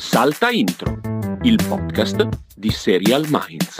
Salta Intro, il podcast di Serial Minds.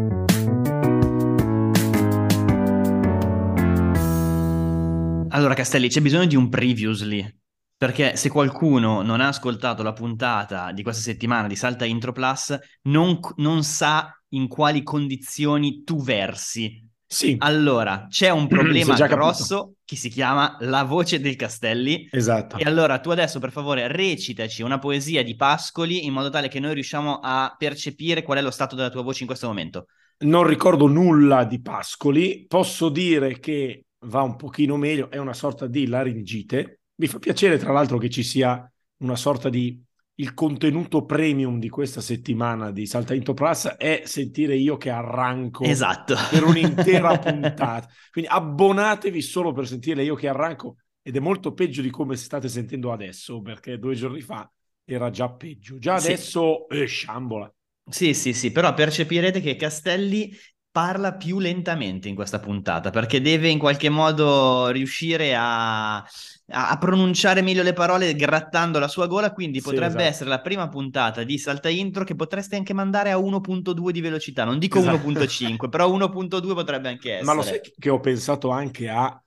Allora, Castelli, c'è bisogno di un previously, perché se qualcuno non ha ascoltato la puntata di questa settimana di Salta Intro Plus, non sa in quali condizioni tu versi. Sì, Allora, c'è un si è problema già capito. grosso che si chiama la voce del Castelli. Esatto. E allora tu adesso, per favore, recitaci una poesia di Pascoli in modo tale che noi riusciamo a percepire qual è lo stato della tua voce in questo momento. Non ricordo nulla di Pascoli, posso dire che va un pochino meglio, è una sorta di laringite. Mi fa piacere tra l'altro che ci sia una sorta di... Il contenuto premium di questa settimana di Salta Intro Plus è sentire io che arranco Esatto. per un'intera puntata. Quindi abbonatevi solo per sentire io che arranco, ed è molto peggio di come state sentendo adesso, perché 2 giorni fa era già peggio. Già Sì. adesso sciambola. Sì, però percepirete che Castelli parla più lentamente in questa puntata, perché deve in qualche modo riuscire a pronunciare meglio le parole grattando la sua gola, quindi Sì, potrebbe esatto. essere la prima puntata di Salta Intro che potreste anche mandare a 1.2 di velocità, non dico Esatto. 1.5, però 1.2 potrebbe anche essere. Ma lo sai che ho pensato anche a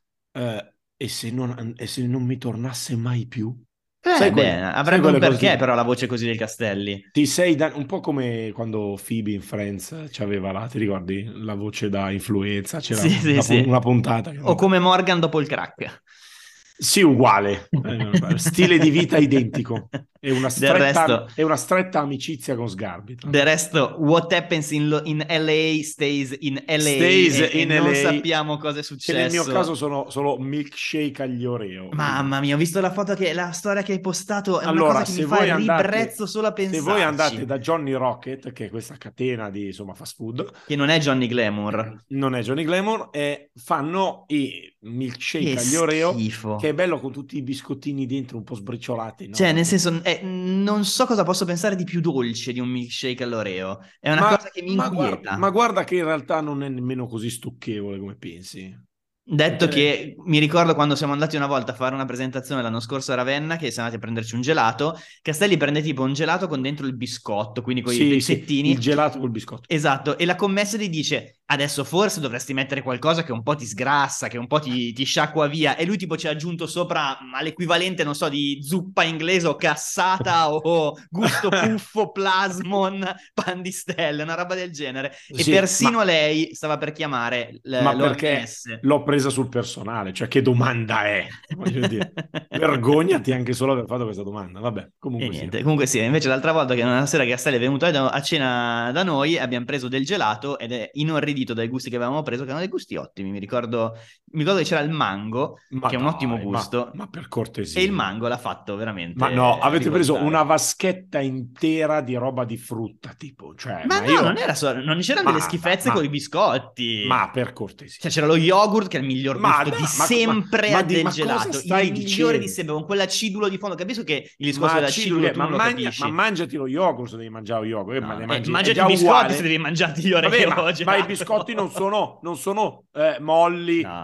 e se non mi tornasse mai più? Sai Avrebbe un quelle cose perché tipo, però la voce così del Castelli. ti sei un po' come quando Phoebe in Friends c'aveva ti ricordi? La voce da influenza, c'era Sì. una puntata. O come Morgan dopo il crack. Sì, uguale. Stile di vita identico. È una Del resto... stretta amicizia con Sgarbi. Del resto, what happens in LA stays in LA Stays e in non LA, sappiamo cosa è che nel mio successo. caso sono milkshake agli Oreo. Mamma mia, ho visto la foto la storia che hai postato, è una Allora, cosa che mi fa ribrezzo solo a se voi andate pensarci. da Johnny Rocket, che è questa catena di insomma fast food, Che non è Johnny Glamour. non è Johnny Glamour, fanno i milkshake Che agli Oreo, schifo. che è bello con tutti i biscottini dentro un po' sbriciolati, no? Cioè, nel senso, non so cosa posso pensare di più dolce di un milkshake all'Oreo. È una cosa che mi inquieta. Ma guarda che in realtà non è nemmeno così stucchevole come pensi. Detto Perché che mi ricordo quando siamo andati una volta a fare una presentazione l'anno scorso a Ravenna, che siamo andati a prenderci un gelato, Castelli prende tipo un gelato con dentro il biscotto, quindi con i sì, pezzettini. il gelato col biscotto. Esatto, e la commessa gli dice, adesso forse dovresti mettere qualcosa che un po' ti sgrassa, che un po' ti sciacqua via, e lui tipo ci ha aggiunto sopra all'equivalente, non so, di zuppa inglese o cassata o gusto puffo, plasmon, pan di stelle, una roba del genere. E Sì, persino lei stava per chiamare ma perché l'OMS. l'ho presa sul personale, cioè che domanda è? Voglio dire, vergognati anche solo per fatto questa domanda. Vabbè, E comunque niente, sia. comunque sì, invece l'altra volta che una sera che Castelli è venuto a cena da noi abbiamo preso del gelato ed è inorridito dai gusti che avevamo preso, che erano dei gusti ottimi, mi ricordo che c'era il mango, Ma che è un ottimo dai, gusto, ma per e il cortesia. mango l'ha fatto Ma no, veramente avete preso rivoltare. una vaschetta intera di roba di frutta, tipo, cioè, Ma ma no, non io... era solo, non c'erano delle schifezze con i biscotti. Ma per cortesia. Cioè c'era lo yogurt che è il miglior Ma, gusto no, di sempre del ma cosa gelato, stai il migliore di dicendo? sempre, con quell'acidulo di fondo. Capisco che il discorso Ma dell'acidulo tu ma, non lo ma capisci. mangiati lo yogurt se devi mangiare lo yogurt, ma No, ne mangi, è mangiati già i biscotti uguale. se devi mangiarti gli Vabbè, Oreo ma i gelato. biscotti non sono molli No.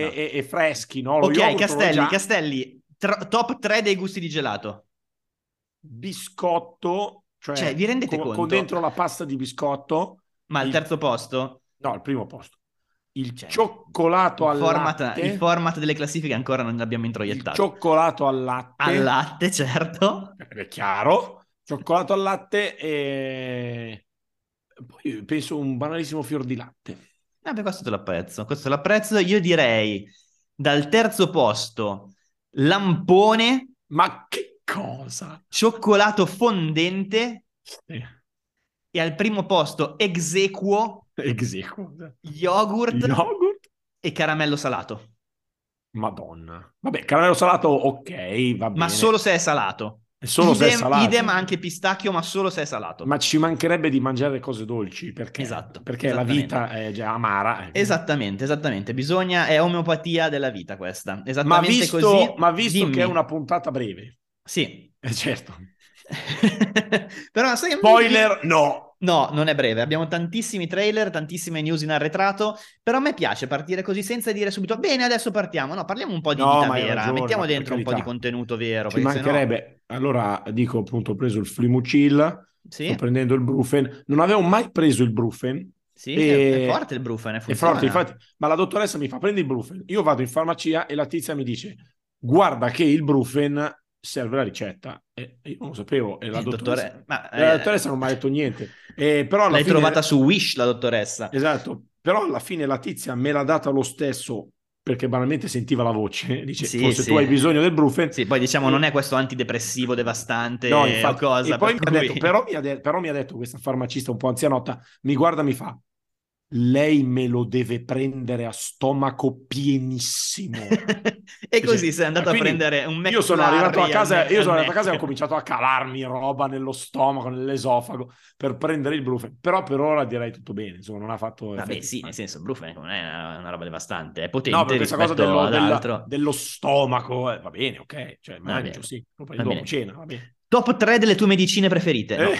e freschi, no? Lo Ok, yogurt lo è già. Castelli, top 3 dei gusti di gelato. Biscotto, Cioè, cioè vi rendete con conto? dentro la pasta di biscotto, Ma al terzo posto? no, al primo posto, il Cioè, cioccolato al il latte, format delle classifiche ancora non l'abbiamo il introiettato. cioccolato al Al latte, latte, certo. è chiaro, cioccolato al latte e poi penso un banalissimo fior di latte. Beh, questo l'apprezzo. Io direi dal terzo posto lampone, Ma che cosa? cioccolato fondente Sì. e al primo posto exequo, Esequo. yogurt Yogurt? e caramello salato. Madonna. Vabbè, caramello salato, ok, va Ma bene. solo se è salato. È solo se è salato. Idem anche pistacchio, ma solo se è salato. Ma ci mancherebbe di mangiare cose dolci, perché? Esatto, Perché la vita è già amara. Esattamente. È omeopatia della vita questa. Esattamente così. Ma visto che è Dimmi. una puntata breve, Sì. certo. Però sai che Spoiler, no. No, non è breve. Abbiamo tantissimi trailer, tantissime news in arretrato, però a me piace partire così senza dire subito bene, adesso partiamo. No, parliamo un po' di No, vita ma hai vera, ragione, mettiamo ma per dentro un po' di carità, contenuto vero, ci perché sennò... mancherebbe. Allora dico appunto, ho preso il Flimucil, sto Sì, prendendo il Brufen, non avevo mai preso il Brufen sì, è forte e il Brufen, è forte, funziona. infatti, ma la dottoressa mi fa prendi il Brufen, io vado in farmacia e la tizia mi dice guarda che il Brufen serve la ricetta e io non lo sapevo Dottore, ma la dottoressa non mi ha detto niente. Però alla l'hai trovata fine, su Wish, la dottoressa. esatto, però alla fine la tizia me l'ha data lo stesso perché banalmente sentiva la voce, dice Sì, forse tu sì. hai bisogno del Brufen. Sì, poi diciamo non E, è questo antidepressivo no, devastante o infatti, e cosa, poi per mi ha cui... detto, però mi ha detto questa farmacista un po' anzianotta, mi guarda, mi fa, lei me lo deve prendere a stomaco pienissimo. E così sei andato a Quindi prendere un io sono arrivato a McFlurry casa, io al sono arrivato a casa e ho Mac. cominciato a calarmi roba nello stomaco, nell'esofago per prendere il Brufen. Però per ora direi tutto bene, insomma, non ha fatto Vabbè, effetti sì, nel strani. senso, Brufen non è una roba devastante, è No, per potente questa cosa rispetto ad altro. dello stomaco, va bene, ok, cioè Va mangio, bene, sì, lo va prendo dopo bene. cena, va bene. Top 3 delle tue medicine preferite? No. Eh.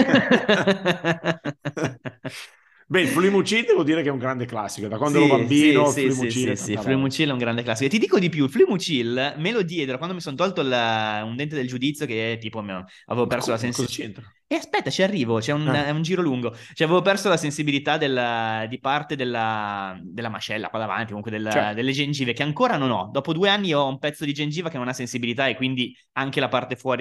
Beh, il Fluimucil devo dire che è un grande classico. Da quando ero Sì, sì, bambino, il sì, sì, Fluimucil sì, è sì, tanta roba. Fluimucil è un grande classico. E ti dico di più, il Fluimucil me lo diedero quando mi sono tolto un dente del giudizio che tipo avevo perso la Ma cosa sensibilità. c'entra? E aspetta, ci arrivo, è un giro lungo. Cioè, avevo perso la sensibilità di parte della mascella qua davanti, comunque Certo. delle gengive, che ancora non ho. Dopo 2 anni ho un pezzo di gengiva che non ha sensibilità e quindi anche la parte fuori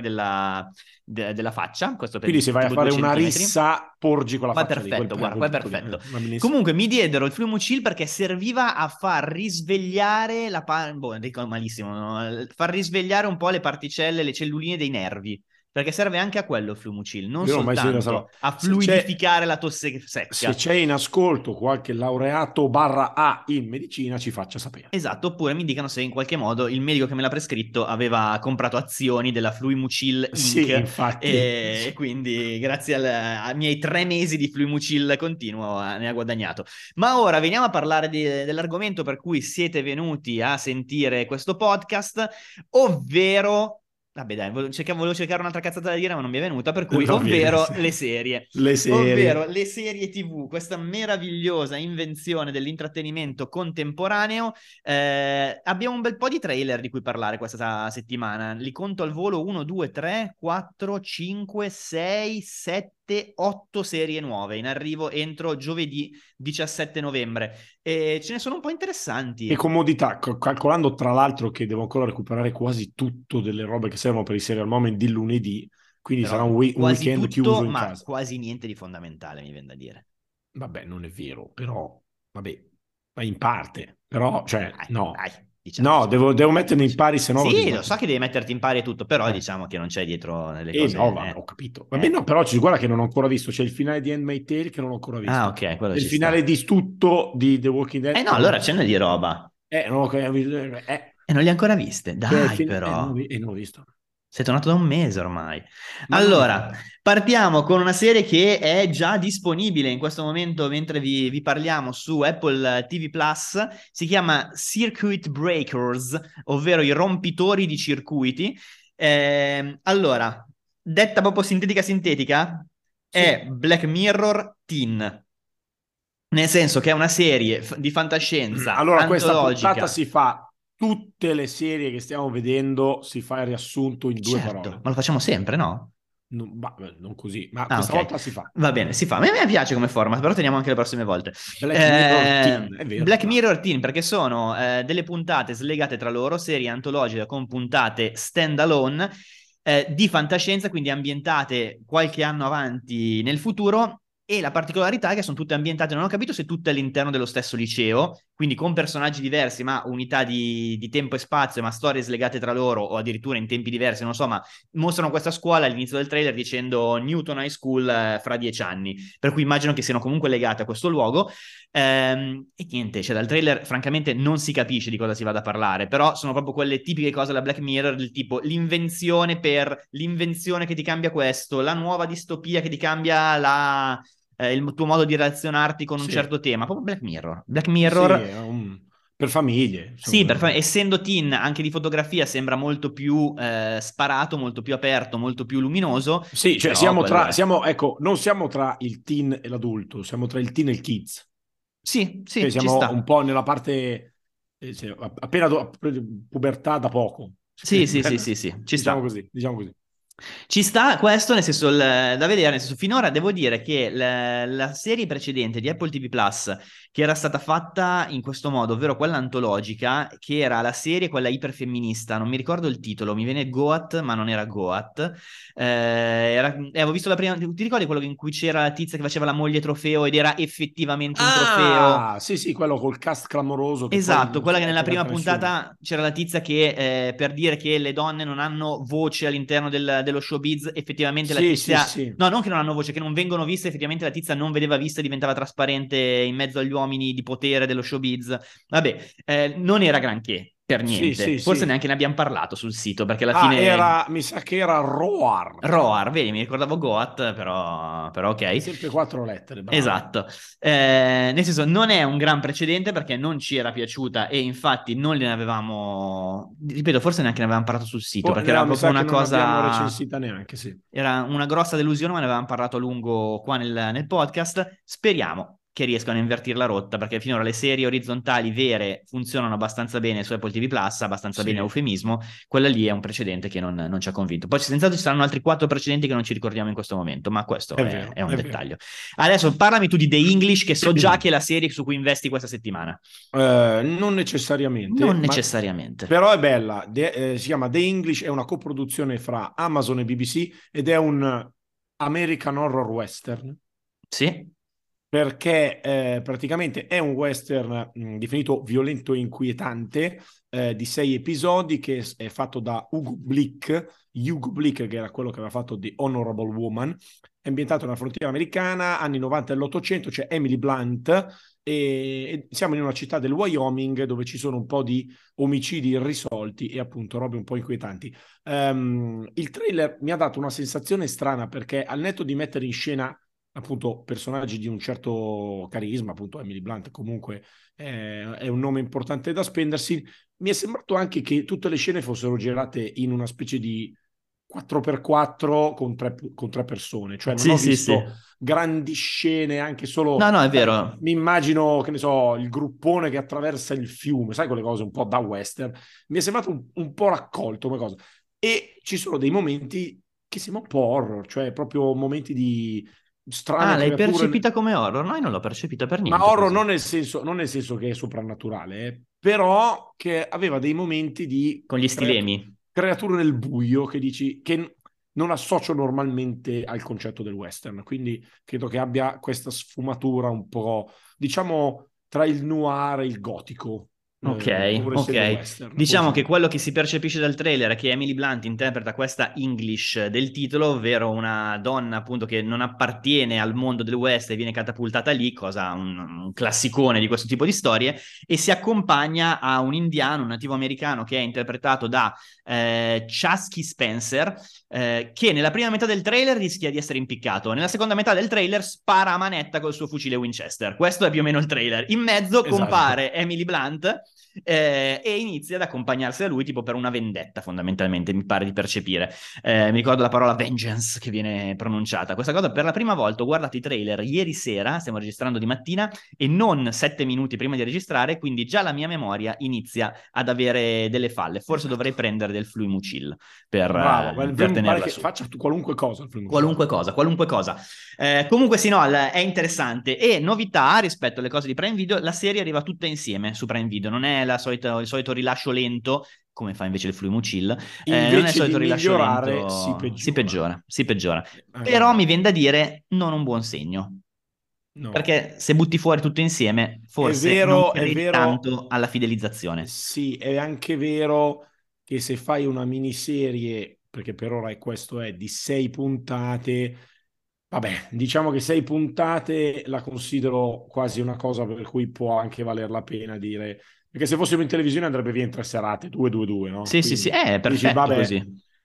della faccia, questo per Quindi se vai a tipo due fare una centimetri. rissa, porgi con la Qua è faccia lì, perfetto, guarda, qua quel è punto lì. perfetto. Va benissimo. Comunque mi diedero il Fluimucil perché serviva a far risvegliare boh, dico malissimo, no? Far risvegliare un po' le particelle, le celluline dei nervi. Perché serve anche a quello il Fluimucil, non Io non ho mai sentito questa roba. soltanto a fluidificare la tosse Se secca. c'è in ascolto qualche laureato barra A in medicina, ci faccia sapere. Esatto, oppure mi dicano se in qualche modo il medico che me l'ha prescritto aveva comprato azioni della Fluimucil Sì, Inc. infatti. E quindi grazie ai miei 3 mesi di Fluimucil continuo ne ha guadagnato. Ma ora veniamo a parlare dell'argomento per cui siete venuti a sentire questo podcast, ovvero... Vabbè dai, volevo cercare un'altra cazzata da dire ma non mi è venuta, per cui Va bene, ovvero sì. le serie. Le Ovvero serie. le serie TV, questa meravigliosa invenzione dell'intrattenimento contemporaneo. Abbiamo un bel po' di trailer di cui parlare questa settimana. Li conto al volo: 1, 2, 3, 4, 5, 6, 7, 8 serie nuove in arrivo entro giovedì 17 novembre. E ce ne sono un po' Che interessanti. comodità, calcolando tra l'altro che devo ancora recuperare quasi tutto delle robe che servono per i serial moment di lunedì, quindi sarà Però un quasi weekend chiuso tutto, in ma casa. quasi niente di fondamentale, mi viene da dire. Vabbè, non è vero, però, vabbè, ma in parte, però, cioè, Dai, no. No, diciamocelo. devo mettermi in pari, se no lo Sì, lo so dismatto. che devi metterti in pari e tutto, però Eh. diciamo che non c'è dietro delle E cose. no, vabbè, ho capito. Vabbè, no, però guarda che non ho ancora visto. C'è il finale di Handmaid's Tale che non ho ancora Ah, visto. ok, quello C'è il ci finale sta. di tutto di The Walking Dead No, che non ho allora ancora ce n'è di visto. roba. Non ho ancora visto. E non le hai ancora viste? C'è il Dai, finale, però. non ho visto. Sei tornato da un mese ormai. Ma non è Allora, vero. partiamo con una serie che è già disponibile in questo momento mentre vi parliamo su Apple TV Plus. Si chiama Circuit Breakers, ovvero i rompitori di circuiti. Allora, detta proprio sintetica, Sì. è Black Mirror Teen. Nel senso che è una serie di fantascienza Allora, questa puntata antologica. si fa tutte le serie che stiamo vedendo, si fa il riassunto in due Certo, parole. ma lo facciamo sempre, no? Non così, ma Ah, questa ok. volta si fa. Va bene, si fa. A me piace come format, però teniamo anche le prossime volte. Black Mirror Teen, è vero, Black bravo. Mirror Teen, perché sono delle puntate slegate tra loro, serie antologiche con puntate stand-alone di fantascienza, quindi ambientate qualche anno avanti nel futuro. E la particolarità è che sono tutte ambientate, non ho capito se tutte all'interno dello stesso liceo, quindi con personaggi diversi, ma unità di tempo e spazio, ma storie slegate tra loro, o addirittura in tempi diversi, non so, ma mostrano questa scuola all'inizio del trailer dicendo Newton High School fra 10 anni, per cui immagino che siano comunque legate a questo luogo. E niente, cioè dal trailer francamente non si capisce di cosa si vada a parlare, però sono proprio quelle tipiche cose da Black Mirror, del tipo l'invenzione per l'invenzione che ti cambia questo, la nuova distopia che ti cambia il tuo modo di relazionarti con un Sì, certo tema, proprio Black Mirror. Black sì, Mirror, per famiglie. Sì, Insomma. essendo teen, anche di fotografia sembra molto più sparato, molto più aperto, molto più luminoso, Sì, cioè però quello è. ecco, non siamo tra il teen e l'adulto, siamo tra il teen e il kids. Sì, Cioè sì, ci siamo un sta. po' nella parte, cioè, appena pubertà da poco. Sì, sì, sì, sì, sì, ci Diciamo sta. così, diciamo così. Ci sta questo, nel senso, da vedere, nel senso, finora devo dire che la serie precedente di Apple TV Plus, che era stata fatta in questo modo, ovvero quella antologica, che era la serie, quella iperfemminista, non mi ricordo il titolo, mi viene Goat, ma non era Goat, avevo visto la prima, ti ricordi quello in cui c'era la tizia che faceva la moglie trofeo ed era effettivamente un trofeo? Ah, sì, sì, quello col cast clamoroso che poi Esatto, non se quella che n'è nella prima cagata nessuno. puntata c'era la tizia che per dire che le donne non hanno voce all'interno dello showbiz, effettivamente la Sì, sì, tizia, sì. no, non che non hanno voce, che non vengono viste, effettivamente la tizia non vedeva viste, diventava trasparente in mezzo agli uomini di potere dello showbiz. Vabbè, non era granché, per Sì, niente. sì, Forse sì. neanche ne abbiamo parlato sul sito, perché alla Ah, fine mi sa che era Roar. Roar, vedi, mi ricordavo Goat, però ok. Sempre quattro lettere, bravo. Esatto. Nel senso non è un gran precedente perché non ci era piaciuta e infatti non ne avevamo, ripeto, forse neanche ne avevamo parlato sul sito perché era No, mi proprio sa che una non abbiamo cosa, recensita neanche, sì. era una grossa delusione, ma ne avevamo parlato a lungo qua nel podcast. Speriamo che riescano a invertire la rotta, perché finora le serie orizzontali vere funzionano abbastanza bene su Apple TV Plus, abbastanza bene Sì. eufemismo. Quella lì è un precedente che non ci ha convinto. Poi senz'altro ci saranno altri 4 precedenti che non ci ricordiamo in questo momento, ma questo È è vero, un è vero. dettaglio. Adesso parlami tu di The English, che so già che è la serie su cui investi questa settimana. Non necessariamente, Non ma necessariamente. però è bella. Si chiama The English, è una coproduzione fra Amazon e BBC ed è un American Horror Western Sì? perché praticamente è un western definito violento e inquietante di 6 episodi che è fatto da Hugo Blick, che era quello che aveva fatto The Honorable Woman, è ambientato nella frontiera americana, anni 90 dell'Ottocento, c'è Emily Blunt e siamo in una città del Wyoming dove ci sono un po' di omicidi irrisolti e appunto robe un po' inquietanti. Il trailer mi ha dato una sensazione strana perché al netto di mettere in scena appunto personaggi di un certo carisma, appunto Emily Blunt comunque è un nome importante da spendersi, mi è sembrato anche che tutte le scene fossero girate in una specie di 4x4 con tre persone, cioè non Sì, ho sì, sì. visto grandi scene, anche No, solo, no, è sai, vero. mi immagino, che ne so, il gruppone che attraversa il fiume, sai quelle cose un po' da western, mi è sembrato un po' raccolto come cosa. E ci sono dei momenti che sembrano un po' horror, cioè proprio momenti di Ah, strane l'hai creature, percepita come horror? No, io non l'ho percepita per ma niente horror così. non nel senso che è soprannaturale, però che aveva dei momenti di Con gli stilemi. creature nel buio che dici che non associo normalmente al concetto del western, quindi credo che abbia questa sfumatura un po', diciamo, tra il noir e il gotico, Ok, pur essendo ok. western, pur Diciamo essendo che western. quello che si percepisce dal trailer è che Emily Blunt interpreta questa English del titolo, ovvero una donna appunto che non appartiene al mondo del West e viene catapultata lì, cosa un classicone di questo tipo di storie, e si accompagna a un indiano, un nativo americano che è interpretato da Chasky Spencer, che nella prima metà del trailer rischia di essere impiccato, nella seconda metà del trailer spara a manetta col suo fucile Winchester. Questo è più o meno il trailer. In mezzo Esatto. compare Emily Blunt e inizia ad accompagnarsi a lui tipo per una vendetta fondamentalmente, mi pare di percepire. Mi ricordo la parola vengeance che viene pronunciata. Questa cosa per la prima volta ho guardato i trailer ieri sera, stiamo registrando di mattina, e non 7 minuti prima di registrare, quindi già la mia memoria inizia ad avere delle falle. Forse Esatto. dovrei prendere del Fluimucil Bravo, per pare tenerla che su. faccia qualunque cosa il film uscito. Qualunque cosa, qualunque cosa. Comunque sì, no, è interessante. E novità rispetto alle cose di Prime Video, la serie arriva tutta insieme su Prime Video, non è il solito rilascio lento, come fa invece il Fluimucil, non è il Invece di solito rilascio migliorare, si lento, si peggiora. peggiora, si peggiora. Però Eh, mi viene da dire non un buon segno, no. perché se butti fuori tutto insieme, forse non È credi vero, tanto alla fidelizzazione. sì, è anche vero che se fai una miniserie, perché per ora è questo, è di 6 puntate, vabbè, diciamo che 6 puntate la considero quasi una cosa per cui può anche valer la pena dire, perché se fossimo in televisione andrebbe via in 3 serate, 2-2-2, no? Sì, sì, sì, Quindi è dici, perfetto vabbè, così.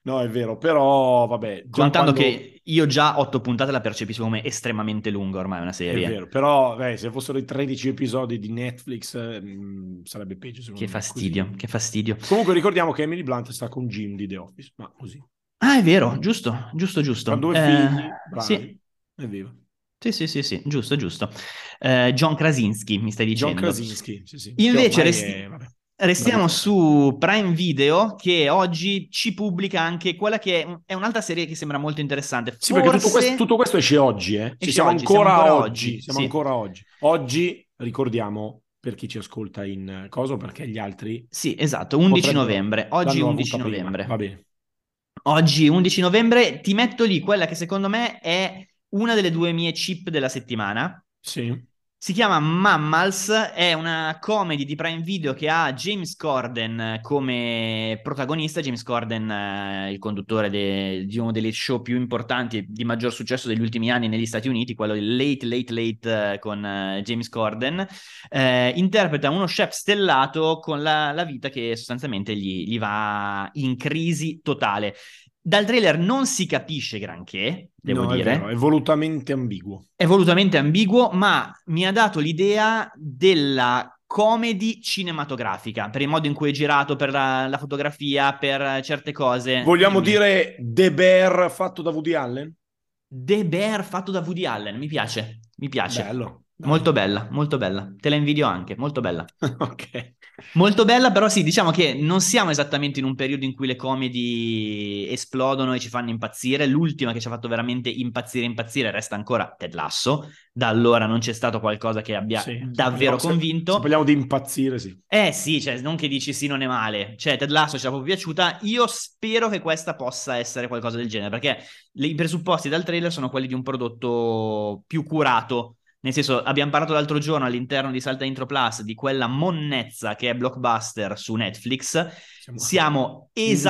No, è vero, però vabbè, già Contando quando... che io già 8 puntate la percepisco come estremamente lunga ormai una È serie. vero, però se fossero i 13 episodi di Netflix sarebbe peggio Che secondo me. Così. fastidio, che fastidio. Comunque ricordiamo che Emily Blunt sta con Jim di The Office, ma così. Ah, è vero, giusto, giusto, Ha giusto. 2 figli, bravi, Sì, evviva. sì, sì, sì, sì, giusto, giusto. John Krasinski, mi stai John dicendo. Krasinski, sì, sì, che Invece ormai è, vabbè, restiamo bravissimo. su Prime Video, che oggi ci pubblica anche quella che è un'altra serie che sembra molto interessante. Sì, perché Forse tutto questo esce oggi, eh? Sì, esce oggi, siamo ancora oggi, siamo sì. ancora oggi. Oggi, ricordiamo, per chi ci ascolta in coso, perché gli altri Sì, esatto, 11 potrebbero, novembre. Oggi l'hanno 11 avuta prima, va novembre. bene. Oggi 11 novembre ti metto lì quella che secondo me è una delle due mie chip della settimana. Sì, Si chiama Mammals, è una comedy di Prime Video che ha James Corden come protagonista. James Corden, il conduttore di uno delle show più importanti e di maggior successo degli ultimi anni negli Stati Uniti, quello di Late Late Late con James Corden. Interpreta uno chef stellato con la vita che sostanzialmente gli va in crisi totale. Dal trailer non si capisce granché, devo no, è vero, dire. è volutamente ambiguo. È volutamente ambiguo, ma mi ha dato l'idea della comedy cinematografica, per il modo in cui è girato, per la fotografia, per certe cose. Vogliamo Dimmi. dire The Bear fatto da Woody Allen? The Bear fatto da Woody Allen, mi piace, mi piace. Bello, dai. Molto bella. Te la invidio anche, molto bella. Ok. Molto bella, però sì, diciamo che non siamo esattamente in un periodo in cui le comedy esplodono e ci fanno impazzire. L'ultima che ci ha fatto veramente impazzire resta ancora Ted Lasso. Da allora non c'è stato qualcosa che abbia Sì, davvero se convinto. parliamo di impazzire, sì. Eh sì, cioè, non che dici sì, non è male. Cioè, Ted Lasso ci è proprio piaciuta. Io spero che questa possa essere qualcosa del genere, perché i presupposti dal trailer sono quelli di un prodotto più curato. Nel senso, abbiamo parlato l'altro giorno all'interno di Salta Intro Plus di quella monnezza che è Blockbuster su Netflix. Siamo- Siamo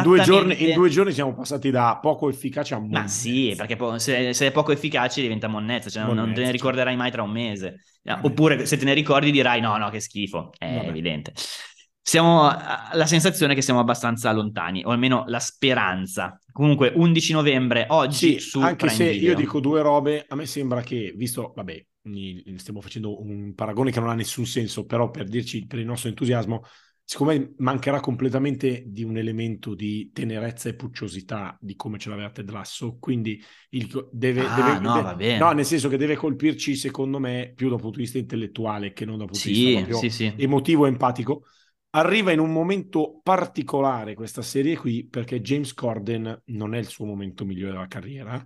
in due esattamente... giorni siamo passati da poco efficace a Ma sì, monnezza. perché se è poco efficace diventa monnezza, cioè non te ne Monnezza, cioè. ricorderai mai tra un mese. Vabbè, Oppure se te ne ricordi dirai no, no, che schifo, è vabbè. evidente. La sensazione è che siamo abbastanza lontani, o almeno la speranza. Comunque, 11 novembre, oggi Sì, su anche Prime se io Video. dico due robe, a me sembra che, visto, vabbè, stiamo facendo un paragone che non ha nessun senso, però per dirci, per il nostro entusiasmo, secondo me mancherà completamente di un elemento di tenerezza e pucciosità di come ce l'aveva Ted Lasso, quindi Ah, no, vabbè. no, nel senso che deve colpirci, secondo me, più da un punto di vista intellettuale che non da un punto di vista Sì, proprio sì, sì. emotivo e empatico. Arriva in un momento particolare questa serie qui perché James Corden non è il suo momento migliore della carriera,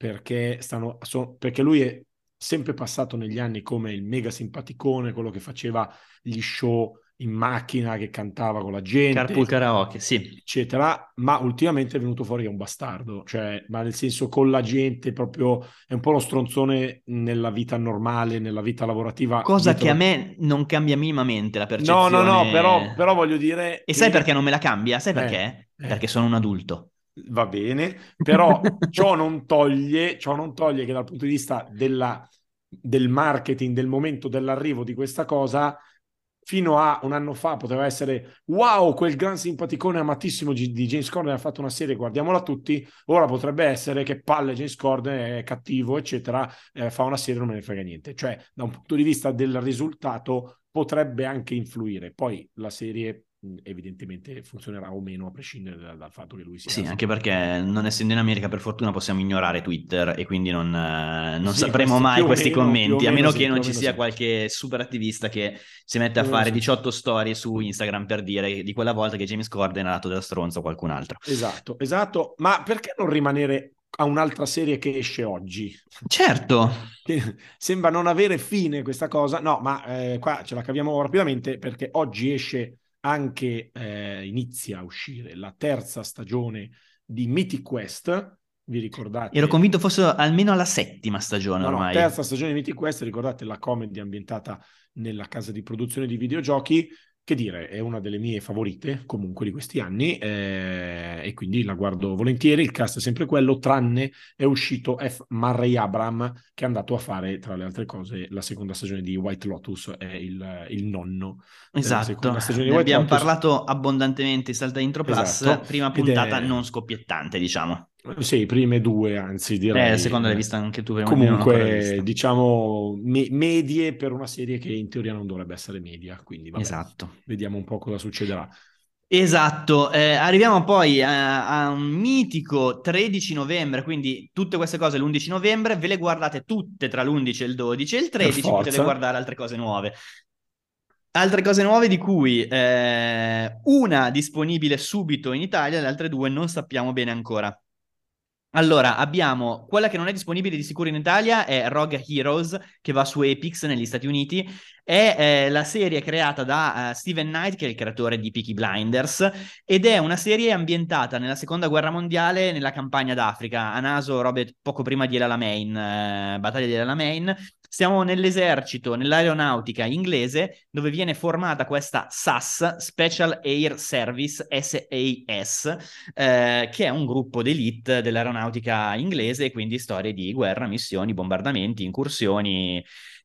perché lui è sempre passato negli anni come il mega simpaticone, quello che faceva gli show in macchina, che cantava con la Carpool gente, Karaoke, sì. eccetera, ma ultimamente è venuto fuori che è un bastardo, cioè, ma nel senso con la gente proprio è un po' uno stronzone nella vita normale, nella vita lavorativa, Cosa che a dietro. me non cambia minimamente la No, no, no, però percezione. voglio dire E sai perché che non me la cambia? Sai eh, perché? Perché eh, sono un adulto. va bene, però ciò non toglie che dal punto di vista del marketing, del momento dell'arrivo di questa cosa, fino a un anno fa poteva essere wow, quel gran simpaticone amatissimo di James Corden ha fatto una serie, guardiamola tutti, ora potrebbe essere che palle James Corden è cattivo, eccetera, fa una serie, non me ne frega niente. Cioè, da un punto di vista del risultato potrebbe anche influire. Poi la serie evidentemente funzionerà o meno a prescindere dal fatto che lui sia Sì, anche perché non essendo in America per fortuna possiamo ignorare Twitter e quindi non sì, sapremo questo mai questi commenti, a meno che più non o ci meno sia sì, qualche super attivista che si mette più a o meno fare sì. 18 storie su Instagram per dire di quella volta che James Corden ha dato della stronza a qualcun altro. Esatto, esatto, ma perché non rimanere a un'altra serie che esce oggi? Certo, Che sembra non avere fine questa cosa, no, ma qua ce la caviamo rapidamente perché oggi esce anche, inizia a uscire la terza stagione di Mythic Quest, vi ero ricordate? convinto fosse almeno alla settima stagione No, no, ormai. terza stagione di Mythic Quest, ricordate la comedy ambientata nella casa di produzione di videogiochi. che dire, è una delle mie favorite comunque di questi anni, e quindi la guardo volentieri. Il cast è sempre quello, tranne è uscito F. Murray Abraham, che è andato a fare, tra le altre cose, la seconda stagione di White Lotus, è il nonno della Esatto, seconda stagione di ne White abbiamo Lotus. parlato abbondantemente in Salta Intro Plus, Esatto, prima ed puntata è, non scoppiettante, diciamo. sì, prime due, anzi La direi. seconda l'hai vista anche tu, prima io non l'ho ancora Comunque, vista. diciamo, medie per una serie che in teoria non dovrebbe essere media, quindi vabbè, Esatto. vediamo un po' cosa succederà. Esatto, arriviamo poi a un mitico 13 novembre, quindi tutte queste cose l'11 novembre, ve le guardate tutte tra l'11 e il 12 e il Per 13 potete forza. guardare altre cose nuove. Altre cose nuove di cui una disponibile subito in Italia, le altre due non sappiamo bene ancora. Allora, abbiamo quella che non è disponibile di sicuro in Italia, è Rogue Heroes, che va su Epix negli Stati Uniti. È la serie creata da Steven Knight, che è il creatore di Peaky Blinders, ed è una serie ambientata nella Seconda Guerra Mondiale, nella campagna d'Africa, a naso, robe poco prima di El Alamein, battaglia di El Alamein. Siamo nell'esercito, nell'aeronautica inglese, dove viene formata questa SAS, Special Air Service, SAS, che è un gruppo d'élite dell'aeronautica inglese, quindi storie di guerra, missioni, bombardamenti, incursioni.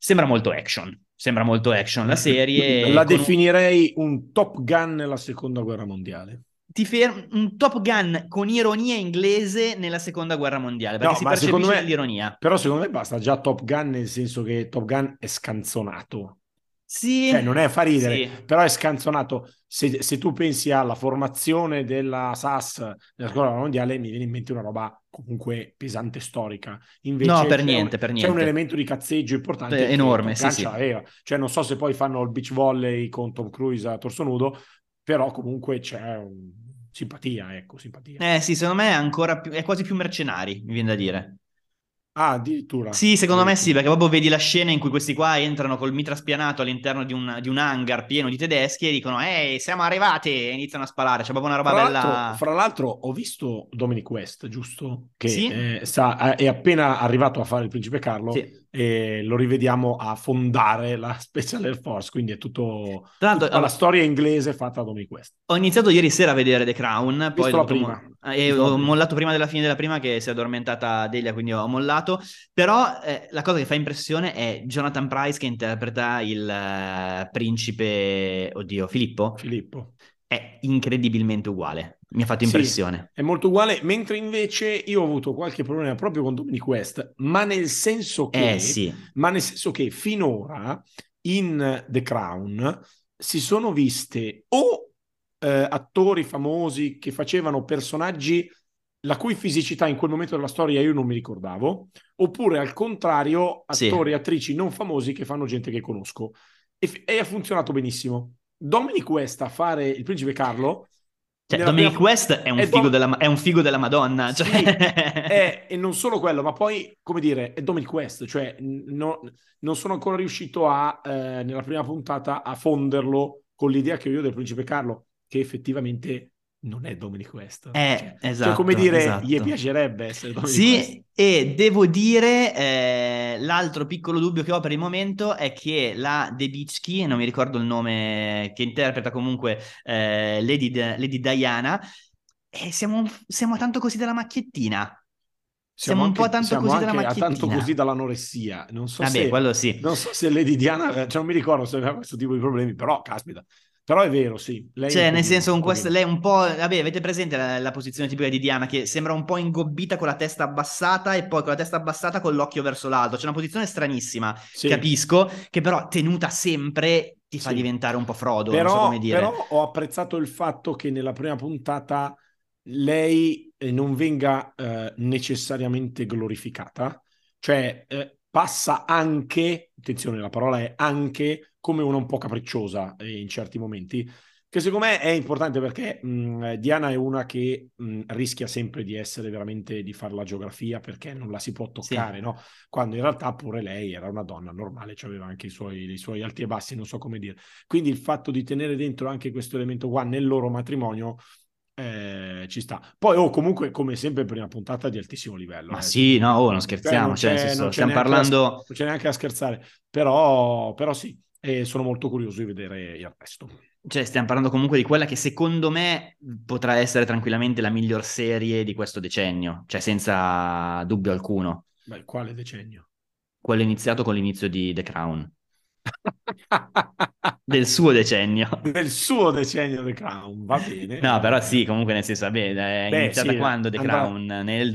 Sembra molto action la serie. La definirei un Top Gun nella seconda guerra mondiale. Un Top Gun con ironia inglese nella seconda guerra mondiale, perché No, si ma secondo percepisce me, dell'ironia. però secondo me basta già Top Gun, nel senso che Top Gun è scanzonato. Sì, Cioè, non è fa ridere, sì. però è scanzonato. Se tu pensi alla formazione della SAS nella scuola mondiale, mi viene in mente una roba comunque pesante storica. No, Invece per niente, per c'è un niente. elemento di cazzeggio importante che Enorme, Top sì, Gun ce sì. l'aveva. Cioè, non so se poi fanno il beach volley con Tom Cruise a torso nudo, però comunque c'è simpatia, ecco, simpatia. Sì, secondo me è ancora più, è quasi più mercenari, mi viene da dire. Ah, addirittura. Sì, secondo me sì, Addirittura. perché proprio vedi la scena in cui questi qua entrano col mitra spianato all'interno di un hangar pieno di tedeschi e dicono «Ehi, siamo arrivati!» e iniziano a sparare. C'è proprio una roba bella... Fra l'altro ho visto Dominic West, giusto? Che Sì? è appena arrivato a fare il Principe Carlo Sì. e lo rivediamo a fondare la Special Air Force, quindi è Tra l'altro, tutta la storia inglese fatta da Dominic West. ho iniziato ieri sera a vedere The Crown, poi ho Visto la dovuto prima. e Visto la ho prima. mollato prima della fine della prima che si è addormentata Delia, quindi ho mollato. Però la cosa che fa impressione è Jonathan Pryce che interpreta il principe, oddio, Filippo. Filippo. È incredibilmente uguale. Mi ha fatto Sì, impressione. è molto uguale, mentre invece io ho avuto qualche problema proprio con Dominic West, Sì. ma nel senso che finora in The Crown si sono viste o attori famosi che facevano personaggi la cui fisicità in quel momento della storia io non mi ricordavo, oppure al contrario Sì. attori e attrici non famosi che fanno gente che conosco. E ha funzionato benissimo. Dominic West a fare il principe Carlo Cioè, nella prima Dominic West è un figo è un figo della Madonna. sì, Cioè... e non solo quello, ma poi, come dire, è Dominic West, cioè non sono ancora riuscito nella prima puntata a fonderlo con l'idea che ho io del principe Carlo, che effettivamente non è Dominic West. Cioè, come Esatto, dire, gli esatto. piacerebbe essere Dominic West. Sì, e devo dire, l'altro piccolo dubbio che ho per il momento è che la Debicki, non mi ricordo il nome, che interpreta comunque Lady Diana, siamo tanto così dalla macchiettina. Siamo un po' tanto Siamo così dalla anche a tanto così macchiettina. dall'anoressia. Vabbè, quello sì. Non so se Lady Diana, cioè non mi ricordo se aveva questo tipo di problemi, però caspita. Però è vero, sì, lei un Cioè, nel pochino, senso, un con questa, pochino. lei è un po'. Vabbè, avete presente la posizione tipica di Diana che sembra un po' ingobbita con la testa abbassata e poi con la testa abbassata con l'occhio verso l'alto. C'è una posizione stranissima, Sì, capisco, che però tenuta sempre ti fa sì. diventare un po' Frodo, non so come Però dire. ho apprezzato il fatto che nella prima puntata lei non venga necessariamente glorificata, cioè passa anche, attenzione, la parola è anche, come una un po' capricciosa in certi momenti, che secondo me è importante perché Diana è una che rischia sempre di essere veramente, di fare la geografia perché non la si può toccare, Sì. no? Quando in realtà pure lei era una donna normale, cioè aveva anche i suoi alti e bassi, non so come dire. Quindi il fatto di tenere dentro anche questo elemento qua nel loro matrimonio ci sta. Poi, comunque, come sempre, prima puntata di altissimo livello. Ma sì, Secondo no, me. oh, non Cioè, scherziamo, cioè, nel non senso, c'è stiamo neanche da, parlando. non c'è neanche da scherzare. Però sì, e sono molto curioso di vedere il resto. Cioè, stiamo parlando comunque di quella che secondo me potrà essere tranquillamente la miglior serie di questo decennio, cioè senza dubbio alcuno. Beh, quale decennio? Quello iniziato con l'inizio di The Crown, del suo decennio. Nel suo decennio The Crown, va bene. No, però sì, comunque nel senso, vabbè, è Beh, iniziata sì, quando The andrà Crown? Nel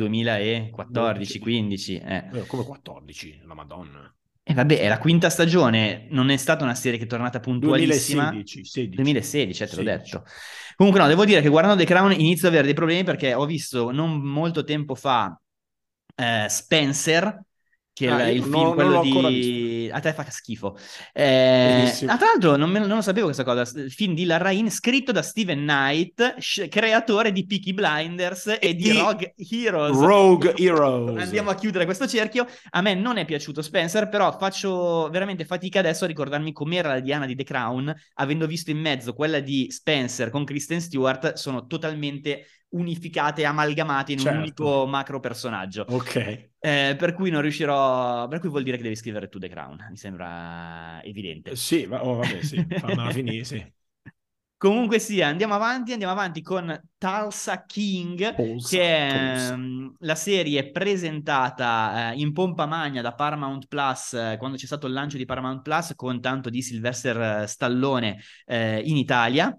12. 2014-15. Come 14, la Madonna. E vabbè, è la quinta stagione, non è stata una serie che è tornata puntualissima. 2016, 16. 2016, te l'ho 16. detto. Comunque no, devo dire che guardando The Crown inizio ad avere dei problemi perché ho visto non molto tempo fa Spencer, che è Ah, io il film, non quello l'ho ancora visto. di... A te fa schifo. Benissimo. Tra l'altro non lo sapevo questa cosa, il film di Larraín, scritto da Steven Knight, creatore di Peaky Blinders e di Rogue Heroes. Rogue Heroes. Andiamo a chiudere questo cerchio. A me non è piaciuto Spencer, però faccio veramente fatica adesso a ricordarmi com'era la Diana di The Crown, avendo visto in mezzo quella di Spencer con Kristen Stewart, sono totalmente unificate, amalgamate in un Certo. unico macro personaggio. Ok. Per cui non riuscirò. Per cui vuol dire che devi scrivere tu The Crown. Mi sembra evidente. Sì, vabbè, sì, fammela finire, sì. Comunque sia, andiamo avanti con Tulsa King, che è la serie presentata in pompa magna da Paramount Plus quando c'è stato il lancio di Paramount Plus con tanto di Sylvester Stallone in Italia.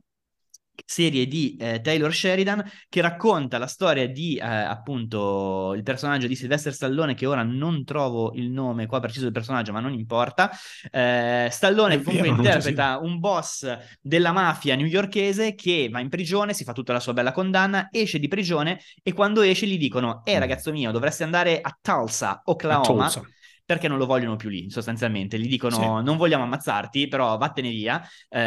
Serie di Taylor Sheridan che racconta la storia di appunto il personaggio di Sylvester Stallone, che ora non trovo il nome qua preciso del personaggio, ma non importa. Stallone È comunque vero, non c'è interpreta un boss della mafia newyorkese che va in prigione, si fa tutta la sua bella condanna, esce di prigione e quando esce gli dicono ragazzo mio, dovresti andare a Tulsa, a Oklahoma, Tulsa. perché non lo vogliono più lì, sostanzialmente. Gli dicono Sì. non vogliamo ammazzarti, però vattene via,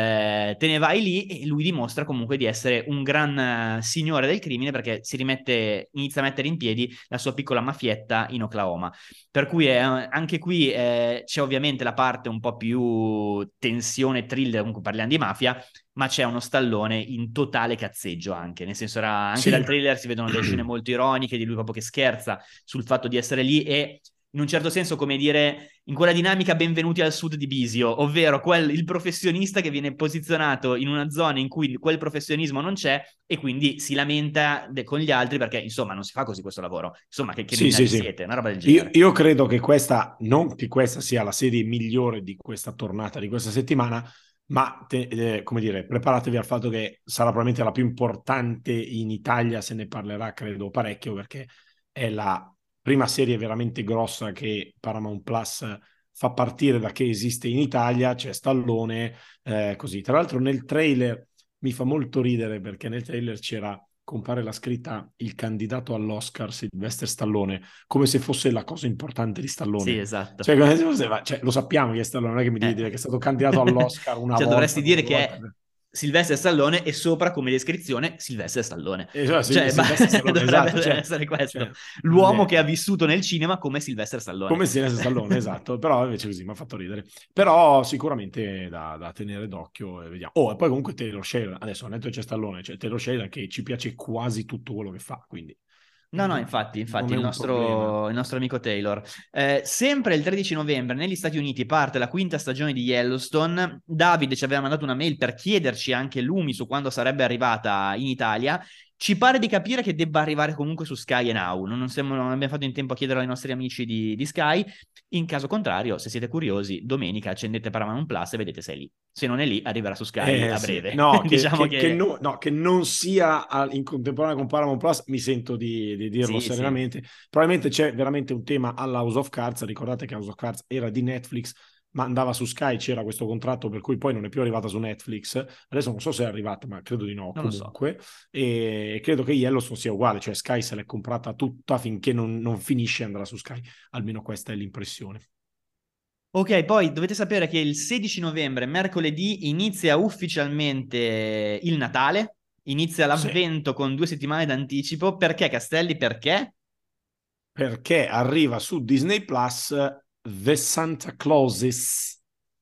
te ne vai lì, e lui dimostra comunque di essere un gran signore del crimine perché inizia a mettere in piedi la sua piccola mafietta in Oklahoma. Per cui anche qui c'è ovviamente la parte un po' più tensione, thriller, comunque parliamo di mafia, ma c'è uno Stallone in totale cazzeggio anche, nel senso anche Sì. dal trailer si vedono delle scene molto ironiche di lui proprio che scherza sul fatto di essere lì e in un certo senso, come dire, in quella dinamica benvenuti al sud di Bisio, ovvero il professionista che viene posizionato in una zona in cui quel professionismo non c'è e quindi si lamenta con gli altri perché, insomma, non si fa così questo lavoro. Insomma, che criminali siete, una roba del genere. Io credo che questa, non che questa sia la serie migliore di questa tornata, di questa settimana, ma come dire, preparatevi al fatto che sarà probabilmente la più importante in Italia, se ne parlerà credo parecchio, perché è la prima serie veramente grossa che Paramount Plus fa partire da che esiste in Italia, c'è Stallone, così. Tra l'altro nel trailer mi fa molto ridere perché nel trailer compare la scritta il candidato all'Oscar Sylvester Stallone, come se fosse la cosa importante di Stallone. Sì, esatto. Cioè, lo sappiamo che è Stallone, non è che mi devi dire che è stato candidato all'Oscar una volta. Dovresti dire che è Sylvester Stallone e sopra come descrizione Sylvester Stallone. Sylvester Stallone, dovrebbe essere questo. L'uomo che ha vissuto nel cinema come Sylvester Stallone. Come Sylvester Stallone, esatto. Però invece così mi ha fatto ridere. Però sicuramente da tenere d'occhio e vediamo. E poi comunque Taylor Sheridan, adesso netto c'è Stallone, c'è Taylor Sheridan che ci piace quasi tutto quello che fa, quindi... No, infatti il nostro amico Taylor. Sempre il 13 novembre negli Stati Uniti parte la quinta stagione di Yellowstone. Davide ci aveva mandato una mail per chiederci anche lui su quando sarebbe arrivata in Italia. Ci pare di capire che debba arrivare comunque su Sky e Now. Non abbiamo fatto in tempo a chiederlo ai nostri amici di Sky. In caso contrario, se siete curiosi, domenica accendete Paramount Plus e vedete se è lì. Se non è lì, arriverà su Sky a breve. Sì. No, diciamo che non sia in contemporanea con Paramount Plus, mi sento di dirlo serenamente. Sì. Probabilmente c'è veramente un tema alla House of Cards. Ricordate che House of Cards era di Netflix, ma andava su Sky, c'era questo contratto per cui poi non è più arrivata su Netflix. Adesso non so se è arrivata, ma credo di no, non comunque. E credo che Yellowstone sia uguale, cioè Sky se l'è comprata tutta finché non finisce e andrà su Sky. Almeno questa è l'impressione. Ok, poi dovete sapere che il 16 novembre, mercoledì, inizia ufficialmente il Natale, inizia l'avvento con 2 settimane d'anticipo. Perché, Castelli? Perché? Perché arriva su Disney Plus The Santa Clauses,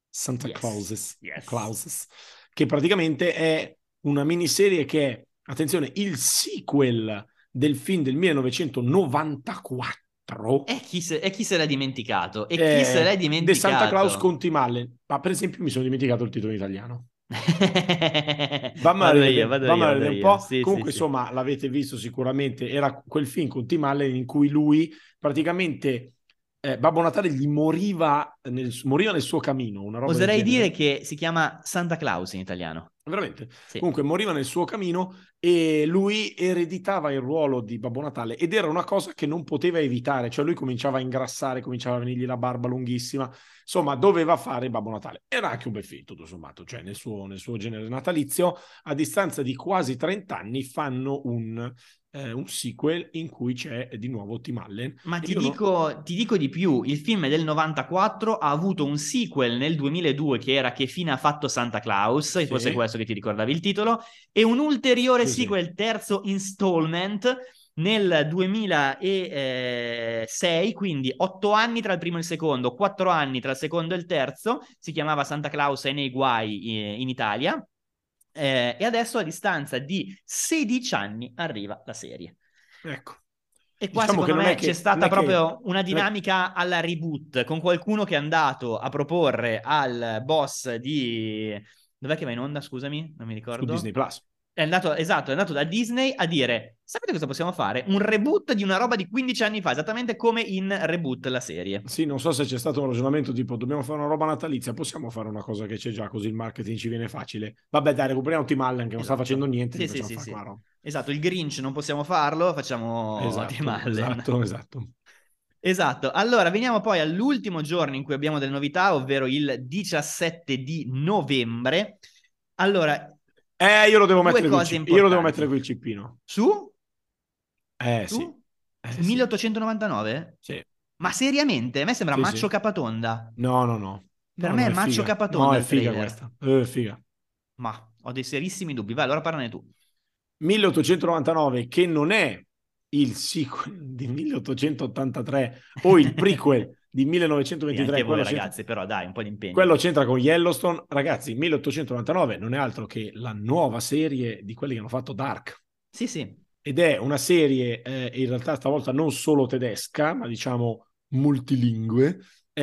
che praticamente è una miniserie che è, attenzione, il sequel del film del 1994. E chi se l'ha dimenticato? Chi se l'è dimenticato? The Santa Claus con Tim Allen. Ma per esempio mi sono dimenticato il titolo in italiano. Vado io, vado io, vado un io. po'. Sì, sì, Comunque, sì. insomma, l'avete visto sicuramente. Era quel film con Tim Allen in cui lui praticamente Babbo Natale gli moriva nel suo cammino, una roba del Oserei dire genere. che si chiama Santa Claus in italiano. Veramente. Sì. Comunque moriva nel suo cammino e lui ereditava il ruolo di Babbo Natale ed era una cosa che non poteva evitare, cioè lui cominciava a ingrassare, cominciava a venirgli la barba lunghissima, insomma doveva fare Babbo Natale. Era anche un bel film tutto sommato, cioè nel suo genere natalizio, a distanza di quasi 30 anni fanno un sequel in cui c'è di nuovo Tim Allen. Ma E ti io no, dico di più, il film è del 94, ha avuto un sequel nel 2002 che era Che fine ha fatto Santa Claus, e forse è sì, questo che ti ricordavi il titolo, e un ulteriore sì, sì. sequel, terzo installment, nel 2006, quindi 8 anni tra il primo e il secondo, 4 anni tra il secondo e il terzo, si chiamava Santa Claus è nei guai in Italia, e adesso a distanza di 16 anni arriva la serie. Ecco. E qua Diciamo che secondo me c'è non stata è che proprio una non è- dinamica alla reboot, con qualcuno che è andato a proporre al boss di... Dov'è che va in onda, scusami? Non mi su Disney ricordo. Plus. È andato, esatto, è andato da Disney a dire: sapete cosa possiamo fare? Un reboot di una roba di 15 anni fa, esattamente come in Reboot la serie. Sì, non so se c'è stato un ragionamento tipo dobbiamo fare una roba natalizia, possiamo fare una cosa che c'è già così il marketing ci viene facile. Vabbè, dai, recuperiamo Tim Allen che non sta facendo Esatto. niente, gli Sì, sì, facciamo sì, fare sì. qua roba. Esatto, il Grinch non possiamo farlo, facciamo Tim Esatto, Allen. esatto, esatto. Esatto, allora veniamo poi all'ultimo giorno in cui abbiamo delle novità, ovvero il 17 di novembre. Allora, Io lo devo due mettere qui, cose io lo devo mettere importanti. qui il cippino. Su? Sì, Su? Su sì, 1899? sì, Ma seriamente? A me sembra sì, Maccio sì. Capatonda. No, no, no. Per No, me no, è è Maccio figa. No, Capatonda è il figa trailer. questa. Figa. Ma ho dei serissimi dubbi. Vai, allora parlane tu. 1899, che non è il sequel di 1883 o il prequel di Sì, anche 1923, voi ragazzi, però dai, un po' di impegno. quello c'entra con Yellowstone. Ragazzi, 1899 non è altro che la nuova serie di quelli che hanno fatto Dark. Sì, sì. Ed è una serie, in realtà stavolta non solo tedesca, ma diciamo multilingue,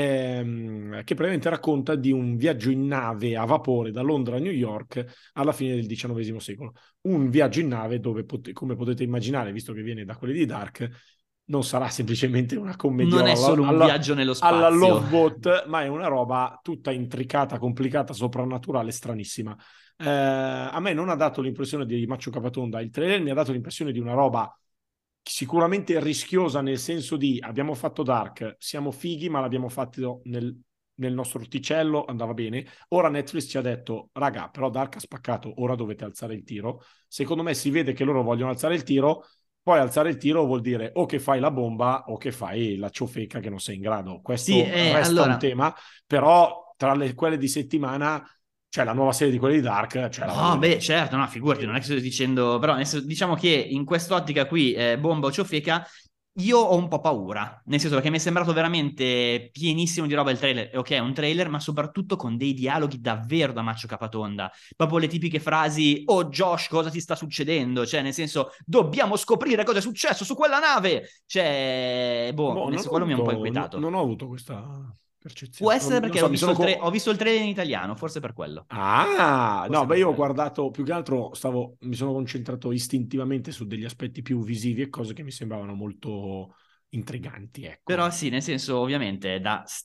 che praticamente racconta di un viaggio in nave a vapore da Londra a New York alla fine del XIX secolo. Un viaggio in nave dove, come potete immaginare, visto che viene da quelli di Dark, non sarà semplicemente una Non commediola è solo un viaggio nello alla spazio. Love Boat, ma è una roba tutta intricata, complicata, soprannaturale, stranissima. A me non ha dato l'impressione di Maccio Capatonda, il trailer mi ha dato l'impressione di una roba sicuramente rischiosa, nel senso di abbiamo fatto Dark, siamo fighi ma l'abbiamo fatto nel nostro orticello, andava bene. Ora Netflix ci ha detto raga, però Dark ha spaccato, ora dovete alzare il tiro. Secondo me si vede che loro vogliono alzare il tiro, poi alzare il tiro vuol dire o che fai la bomba o che fai la ciofeca che non sei in grado. Sì, Questo resta un allora... tema, però tra quelle di settimana c'è la nuova serie di quelli di Dark, cioè la voglio No, vedere. beh, certo, no, figurati, non è che sto dicendo, però diciamo che in quest'ottica qui, bomba o ciofeca, io ho un po' paura, nel senso che mi è sembrato veramente pienissimo di roba il trailer, ok, è un trailer, ma soprattutto con dei dialoghi davvero da Maccio Capatonda, proprio le tipiche frasi, oh Josh, cosa ti sta succedendo? Cioè, nel senso, dobbiamo scoprire cosa è successo su quella nave! Cioè, boh, Boh, nel senso, quello mi ha un po' inquietato. non ho avuto questa Può percezione. essere Non perché so, mi sono... ho visto il trailer in italiano, forse per quello. Ah, no, Forse beh, per io ho quello. guardato più che altro, mi sono concentrato istintivamente su degli aspetti più visivi e cose che mi sembravano molto intriganti, Però ecco. sì, nel senso, ovviamente,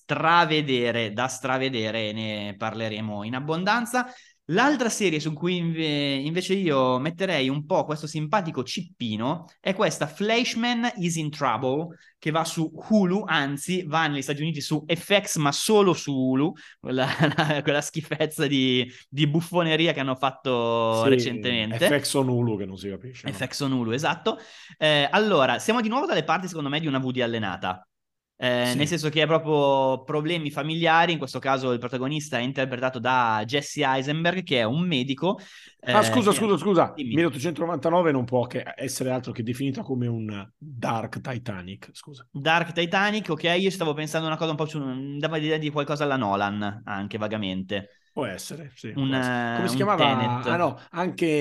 da stravedere, ne parleremo in abbondanza. L'altra serie su cui invece io metterei un po' questo simpatico cippino è questa Fleshman is in Trouble, che va su Hulu, anzi va negli Stati Uniti su FX, ma solo su Hulu, quella schifezza di buffoneria che hanno fatto Sì, recentemente. FX o nulo che non si capisce, vabbè. FX Onulu, esatto. Allora, siamo di nuovo dalle parti, secondo me, di una Woody allenata. Nel Sì. senso che ha proprio problemi familiari. In questo caso, il protagonista è interpretato da Jesse Eisenberg, che è un medico. Ah, scusa, Che... scusa. Dimmi. 1899 non può che essere altro che definita come un Dark Titanic, scusa. Dark Titanic, ok. Io stavo pensando una cosa un po' su. Dava l'idea di qualcosa alla Nolan, anche vagamente. Può essere, sì, Un, può essere. Come si un chiamava? Ah Tenet. no, anche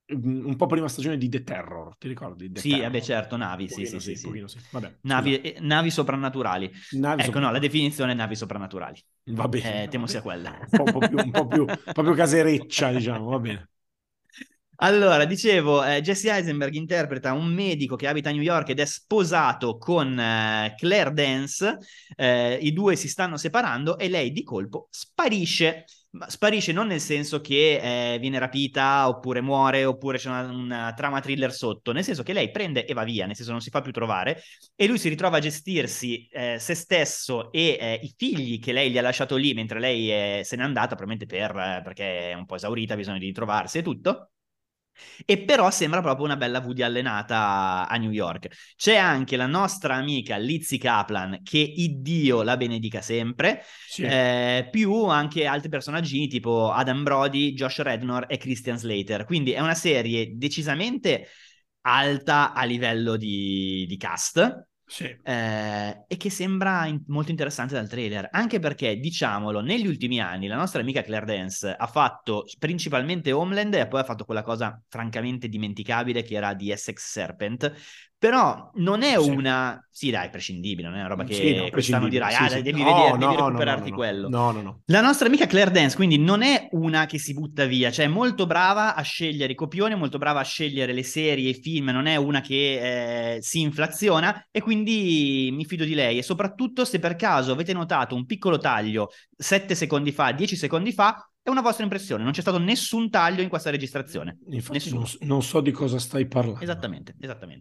un po' prima stagione di The Terror, ti ricordi? The Sì, Terror. vabbè, certo, navi, Un pochino sì. un pochino sì. Vabbè, Navi soprannaturali. navi Ecco, no, la soprannaturali. definizione è navi soprannaturali. Va bene, va Temo bene. sia quella. Un po' più casereccia, diciamo, va bene. Allora, dicevo, Jesse Eisenberg interpreta un medico che abita a New York ed è sposato con Claire Dance. I due si stanno separando e lei di colpo sparisce. Ma sparisce non nel senso che viene rapita oppure muore oppure c'è una trama thriller sotto, nel senso che lei prende e va via, nel senso non si fa più trovare e lui si ritrova a gestirsi se stesso e i figli che lei gli ha lasciato lì mentre lei se n'è andata, probabilmente perché è un po' esaurita, ha bisogno di ritrovarsi e tutto. E però sembra proprio una bella Woody allenata a New York. C'è anche la nostra amica Lizzie Kaplan, che Iddio la benedica sempre, Sì. più anche altri personaggi tipo Adam Brody, Josh Rednor e Christian Slater. Quindi è una serie decisamente alta a livello di cast. Sì. E che sembra molto interessante dal trailer, anche perché, diciamolo, negli ultimi anni la nostra amica Claire Dance ha fatto principalmente Homeland e poi ha fatto quella cosa francamente dimenticabile che era di Essex Serpent, però non è Sì. una... Sì, dai, prescindibile, non è una roba che Sì, no, quest'anno prescindibile, dirai, sì, ah, sì. devi No, vedere, devi no, recuperarti quello. No. La nostra amica Claire Dance, quindi, non è una che si butta via, cioè è molto brava a scegliere i copioni, molto brava a scegliere le serie, i film, non è una che si inflaziona e quindi mi fido di lei. E soprattutto se per caso avete notato un piccolo taglio 7 secondi fa, 10 secondi fa, è una vostra impressione, non c'è stato nessun taglio in questa registrazione. Infatti Nessuno. non so di cosa stai parlando. Esattamente.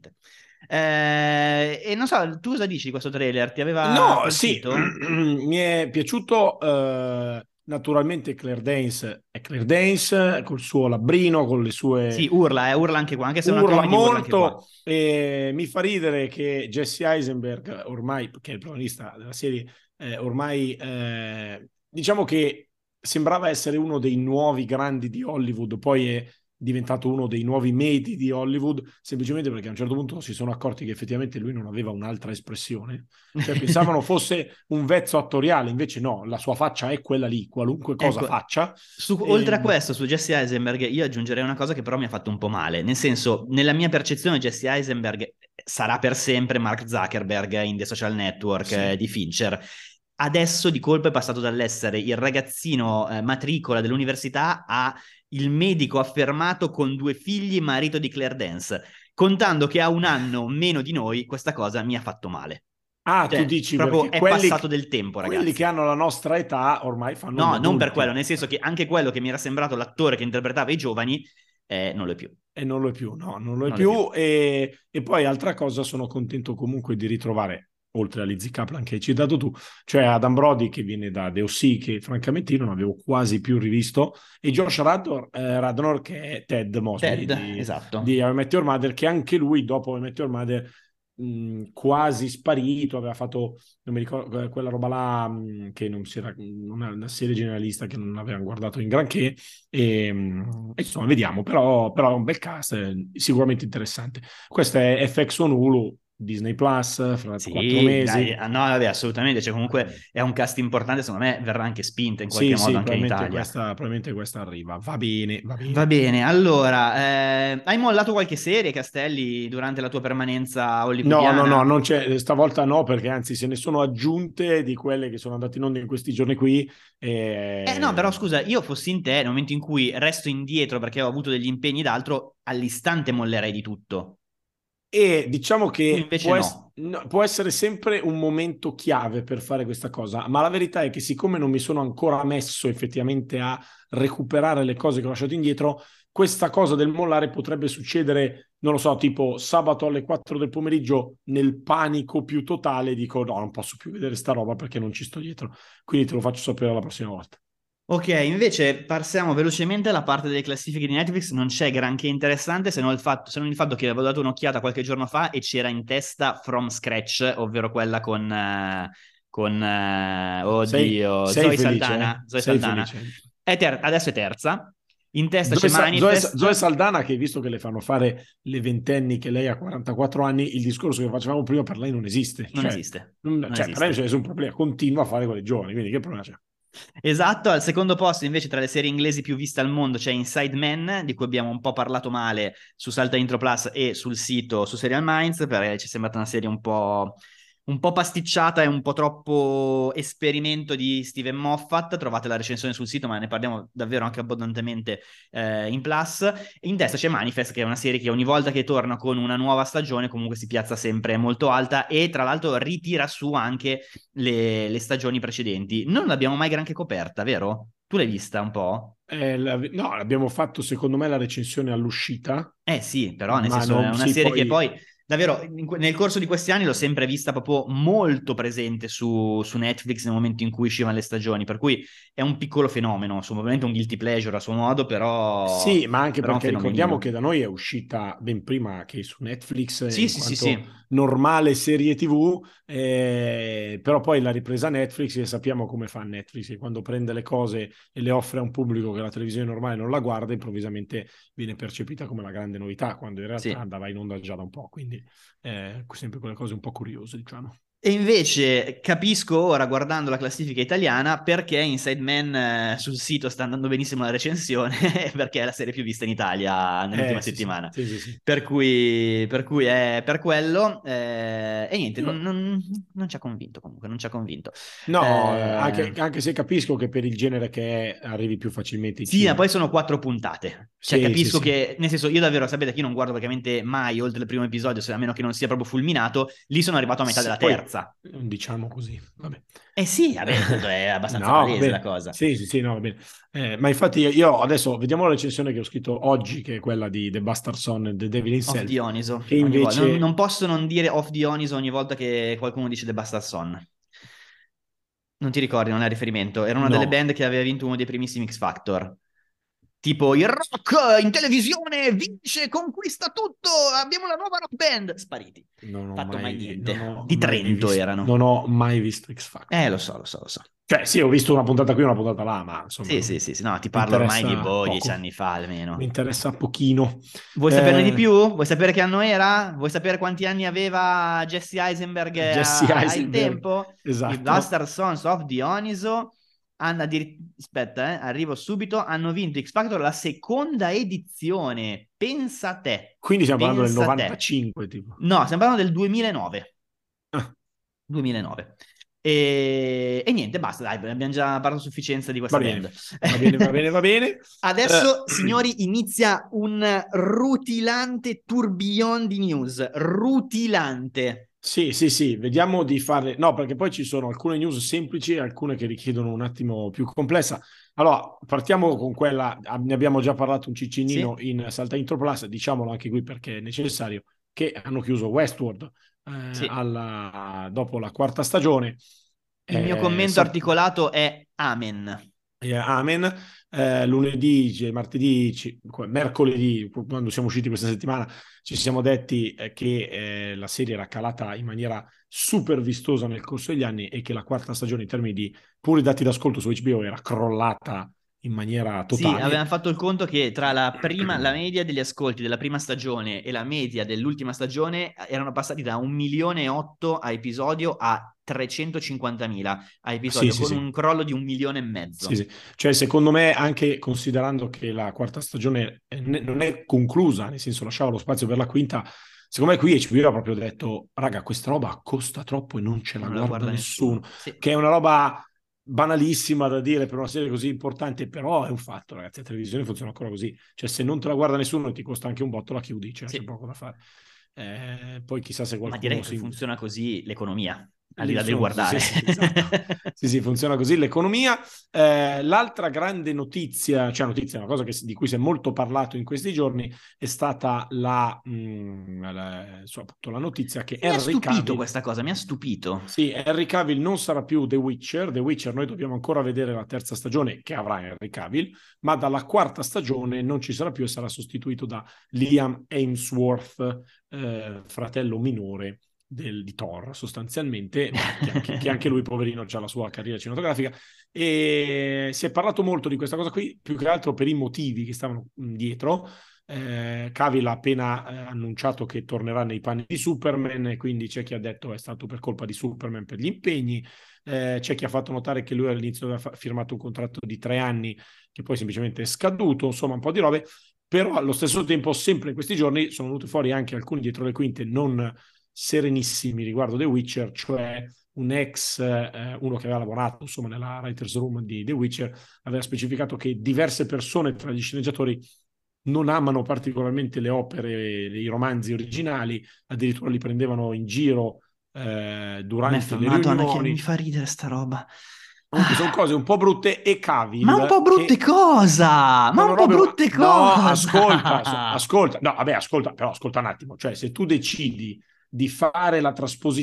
E non so, tu cosa dici di questo trailer? Ti aveva No, sì, colpito? mi è piaciuto naturalmente Claire Danes, è Claire Danes col suo labbrino, con le sue... Sì, urla anche qua, anche se è una Urla comedy, urla anche qua. molto e mi fa ridere che Jesse Eisenberg, ormai, che è il protagonista della serie, ormai diciamo che sembrava essere uno dei nuovi grandi di Hollywood, poi è diventato uno dei nuovi meti di Hollywood, semplicemente perché a un certo punto si sono accorti che effettivamente lui non aveva un'altra espressione, cioè pensavano fosse un vezzo attoriale, invece no, la sua faccia è quella lì, qualunque cosa Ecco, faccia. oltre a questo, su Jesse Eisenberg, io aggiungerei una cosa che però mi ha fatto un po' male. Nel senso, nella mia percezione, Jesse Eisenberg sarà per sempre Mark Zuckerberg in The Social Network Sì. di Fincher. Adesso di colpo è passato dall'essere il ragazzino matricola dell'università a il medico affermato con 2 figli, marito di Claire Dance. Contando che ha un anno meno di noi, questa cosa mi ha fatto male. Ah, Cioè, tu dici proprio perché è passato del tempo, quelli ragazzi. che hanno la nostra età ormai fanno gli No, non per adulti. quello, nel senso che anche quello che mi era sembrato l'attore che interpretava i giovani, non lo è più. E non lo è più, no, non lo è Non lo è più. E poi altra cosa, sono contento comunque di ritrovare, oltre a Lizzie Kaplan che hai citato tu, cioè Adam Brody che viene da The O.C., che francamente io non avevo quasi più rivisto, e Josh Radnor che è Ted Mosby Ted, esatto. di How I Met Your Mother, che anche lui dopo How I Met Your Mother quasi sparito, aveva fatto, non mi ricordo, quella roba là che non era una serie generalista che non avevamo guardato in granché e insomma vediamo, però è un bel cast, sicuramente interessante. Questo è FX on Hulu, Disney Plus, fra 4 mesi. Dai, no, vabbè, assolutamente, cioè comunque è un cast importante, secondo me verrà anche spinta in qualche Sì, modo anche in Italia. probabilmente questa arriva. Va bene, va bene. Va bene, allora, hai mollato qualche serie, Castelli, durante la tua permanenza hollywoodiana? No, non c'è, stavolta no, perché anzi se ne sono aggiunte di quelle che sono andate in onda in questi giorni qui. No, però scusa, io fossi in te, nel momento in cui resto indietro perché ho avuto degli impegni d'altro, all'istante mollerei di tutto. E diciamo Tu che invece no. può essere sempre un momento chiave per fare questa cosa, ma la verità è che siccome non mi sono ancora messo effettivamente a recuperare le cose che ho lasciato indietro, questa cosa del mollare potrebbe succedere, non lo so, tipo sabato alle 4 del pomeriggio, nel panico più totale, dico no, non posso più vedere sta roba perché non ci sto dietro, quindi te lo faccio sapere la prossima volta. Ok, invece passiamo velocemente alla parte delle classifiche di Netflix, non c'è granché interessante se non il fatto che avevo dato un'occhiata qualche giorno fa e c'era in testa From Scratch, ovvero quella con oddio, Sei Zoe felice, Saldana. Zoe sei Saldana. felice. Adesso è terza, in testa c'è Manifest. Zoe Saldana, che visto che le fanno fare le ventenni, che lei ha 44 anni, il discorso che facevamo prima per lei non esiste. Non Cioè, esiste. per lei c'è nessun problema, continua a fare quelle giovani, quindi che problema c'è? Esatto, al secondo posto invece tra le serie inglesi più viste al mondo c'è Inside Man, di cui abbiamo un po' parlato male su Salta Intro Plus e sul sito su Serial Minds, perché ci è sembrata una serie un po' pasticciata e un po' troppo esperimento di Steven Moffat. Trovate la recensione sul sito, ma ne parliamo davvero anche abbondantemente in Plus. E in testa c'è Manifest, che è una serie che ogni volta che torna con una nuova stagione comunque si piazza sempre molto alta e tra l'altro ritira su anche le stagioni precedenti. Non l'abbiamo mai granché coperta, vero? Tu l'hai vista un po'? No, abbiamo fatto secondo me la recensione all'uscita, Eh sì, però nel ma senso è non una sì, serie che poi poi davvero nel corso di questi anni l'ho sempre vista proprio molto presente su Netflix nel momento in cui uscivano le stagioni, per cui è un piccolo fenomeno, ovviamente un guilty pleasure a suo modo, sì, ma anche però è un perché ricordiamo fenomenino. che da noi è uscita ben prima che su Netflix Sì, in sì, sì, quanto sì. normale serie TV, però poi l'ha ripresa Netflix e sappiamo come fa Netflix, che quando prende le cose e le offre a un pubblico che la televisione normale non la guarda, improvvisamente viene percepita come la grande novità, quando in realtà Sì. andava in onda già da un po', quindi sempre quelle cose un po' curiose, diciamo. E invece capisco ora, guardando la classifica italiana, perché Inside Man sul sito sta andando benissimo la recensione, perché è la serie più vista in Italia nell'ultima Sì, sì, settimana. sì, sì, sì. Per cui è per quello. E niente, Io non ci ha convinto comunque, non ci ha convinto. no, Eh, anche se capisco che per il genere che è arrivi più facilmente in Sì, ma cima. poi sono 4 puntate. Cioè, Sì, sì, capisco sì. che, nel senso, io davvero, sapete che io non guardo praticamente mai oltre il primo episodio, a meno che non sia proprio fulminato. Lì sono arrivato a metà Sì, della poi terza. diciamo così, vabbè. Eh sì, vabbè, tanto è abbastanza No, va palese la bene. cosa. Sì, sì, sì, no, va bene. Ma infatti io adesso vediamo la recensione che ho scritto oggi, che è quella di The Bastard Son e The Devil Off Himself, Dioniso, che ogni volta. Non, invece non posso non dire Off Dioniso ogni volta che qualcuno dice The Bastard Son. Non ti ricordi, non è riferimento. Era una delle no. band che aveva vinto uno dei primissimi X Factor. Tipo, il rock in televisione vince, conquista tutto, abbiamo la nuova rock band. Spariti. Fatto mai Non niente. ho Di mai Trento visto, erano. non ho mai visto X Factor. Lo so, lo so, lo so. Cioè, sì, ho visto una puntata qui e una puntata là, ma insomma, Sì, non sì, sì, sì. No, ti mi parlo ormai di interessa 10 poco. anni fa Mi almeno. interessa pochino. Vuoi saperne di Eh, più? Vuoi sapere che anno era? Vuoi sapere quanti anni aveva Jesse Eisenberg Jesse al Eisenberg, tempo? I esatto. Bastard Sons of Dioniso aspetta, arrivo subito. Hanno vinto X Factor la seconda edizione. Pensa a te. Quindi stiamo parlando del Pensa a te. 95, tipo. No, stiamo parlando del 2009. Ah, 2009. E niente, basta, dai, abbiamo già parlato a sufficienza di va questa bene, band. va bene, va bene, va bene. Adesso, signori, inizia un rutilante tourbillon di news. Rutilante. Sì, sì, sì, vediamo di fare... No, perché poi ci sono alcune news semplici e alcune che richiedono un attimo più complessa. Allora, partiamo con quella, ne abbiamo già parlato un ciccinino Sì, in Salta Intro Plus, diciamolo anche qui perché è necessario, che hanno chiuso Westworld sì. dopo la quarta stagione. Il mio Eh, commento sap- articolato è Amen. Amen. Lunedì, martedì, mercoledì, quando siamo usciti questa settimana, ci siamo detti che la serie era calata in maniera super vistosa nel corso degli anni e che la quarta stagione in termini di puri dati d'ascolto su HBO era crollata in maniera Sì, totale. avevamo fatto il conto che tra la media degli ascolti della prima stagione e la media dell'ultima stagione erano passati da 1,8 milioni a episodio a 350.000 a Sì, episodio, sì, con sì. un crollo di 1,5 Sì, milioni. sì. Cioè, secondo me, anche considerando che la quarta stagione non è conclusa, nel senso lasciava lo spazio per la quinta, secondo me qui HBO ha proprio detto, raga, questa roba costa troppo e non ce E la non la guarda guarda nessuno, nessuno. Sì, che è una roba banalissima da dire per una serie così importante, però è un fatto, ragazzi, la televisione funziona ancora così. Cioè, se non te la guarda nessuno e ti costa anche un botto, la chiudi, cioè, c'è sì. poco da fare. Poi chissà se Ma direi qualcuno che si... funziona così l'economia, al di là del Sì, guardare. sì, esatto. Sì, sì, funziona così l'economia. L'altra grande notizia, cioè notizia, una cosa di cui si è molto parlato in questi giorni, è stata appunto, la notizia che Mi ha Henry stupito Cavill, questa cosa, mi ha stupito. sì, Henry Cavill non sarà più The Witcher. The Witcher noi dobbiamo ancora vedere la terza stagione che avrà Henry Cavill, ma dalla quarta stagione non ci sarà più e sarà sostituito da Liam Hemsworth, fratello minore di Thor sostanzialmente, ma che anche lui poverino ha la sua carriera cinematografica e si è parlato molto di questa cosa qui più che altro per i motivi che stavano dietro, Cavill ha appena annunciato che tornerà nei panni di Superman, e quindi c'è chi ha detto è stato per colpa di Superman per gli impegni, c'è chi ha fatto notare che lui all'inizio aveva firmato un contratto di 3 anni che poi semplicemente è scaduto, insomma un po' di robe, però allo stesso tempo sempre in questi giorni sono venuti fuori anche alcuni dietro le quinte non serenissimi riguardo The Witcher, cioè un ex, uno che aveva lavorato insomma nella writer's room di The Witcher, aveva specificato che diverse persone tra gli sceneggiatori non amano particolarmente le opere, i romanzi originali, addirittura li prendevano in giro durante le Madonna, che mi riunioni. fa ridere sta roba. Comunque sono cose un po' brutte, e Ma un po' Cavill brutte che cosa? Ma sono un po' robe... brutte No, cosa? ascolta, no, vabbè, ascolta, però ascolta un attimo, cioè se tu decidi di fare la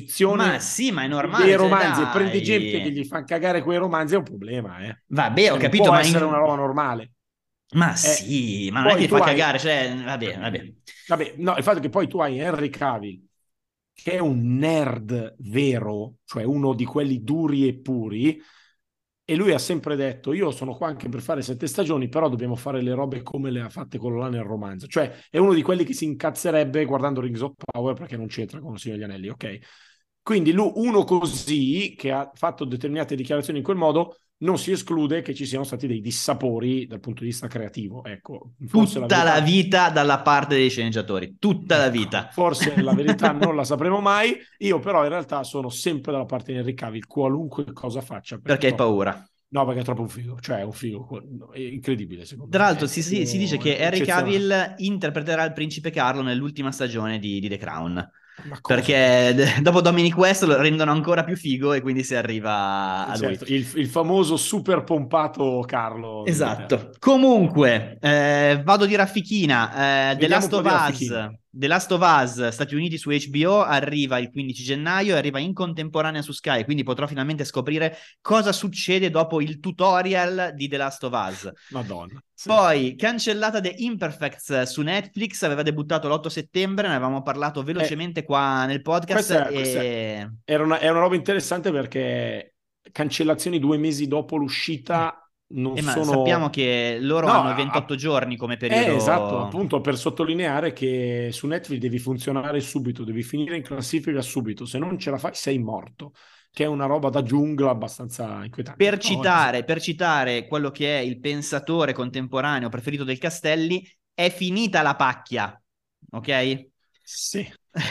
Ma trasposizione sì, ma è dei normale, cioè romanzi e prendi gente che dai. gli fa cagare quei romanzi, è un problema, eh. Vabbè, ho Cioè non capito, può essere una roba normale. Ma Eh, sì, ma non è che poi li tu fa hai... cagare, cioè, vabbè. Vabbè, no, il fatto è che poi tu hai Henry Cavill, che è un nerd vero, cioè uno di quelli duri e puri, e lui ha sempre detto, io sono qua anche per fare 7 stagioni, però dobbiamo fare le robe come le ha fatte quello là nel romanzo. Cioè, è uno di quelli che si incazzerebbe guardando Rings of Power perché non c'entra con il Signore degli Anelli, ok? Quindi lui, uno così, che ha fatto determinate dichiarazioni in quel modo, non si esclude che ci siano stati dei dissapori dal punto di vista creativo. Ecco, forse la Tutta la verità... vita dalla parte dei sceneggiatori, tutta la Ecco, vita. forse la verità non la sapremo mai. Io però in realtà sono sempre dalla parte di Henry Cavill, qualunque cosa faccia, perché è Perché hai troppo... paura. No, perché è troppo un figo, cioè è un figo, è incredibile secondo Tra me, l'altro è si dice che proprio Henry eccezionale. Cavill interpreterà il principe Carlo nell'ultima stagione di The Crown. Ma cosa? Perché dopo Dominic West lo rendono ancora più figo e quindi si arriva a lui. Certo, il famoso super pompato Carlo d'Inghilterra. Esatto. Comunque, vado di raffichina. The Vediamo un Last po' of di Us, raffichini. The Last of Us, Stati Uniti su HBO, arriva il 15 gennaio e arriva in contemporanea su Sky, quindi potrò finalmente scoprire cosa succede dopo il tutorial di The Last of Us. Madonna, sì. Poi, cancellata The Imperfects su Netflix, aveva debuttato l'8 settembre, ne avevamo parlato Eh, velocemente qua nel podcast questa e... era una roba interessante perché cancellazioni 2 mesi dopo Eh, l'uscita non ma sappiamo sono... che loro No, hanno 28 giorni come esatto, periodo... appunto per sottolineare che su Netflix devi funzionare subito, devi finire in classifica subito, se non ce la fai sei morto, che è una roba da giungla abbastanza inquietante. Però, Per citare quello che è il pensatore contemporaneo preferito del Castelli, è finita la pacchia, ok? sì,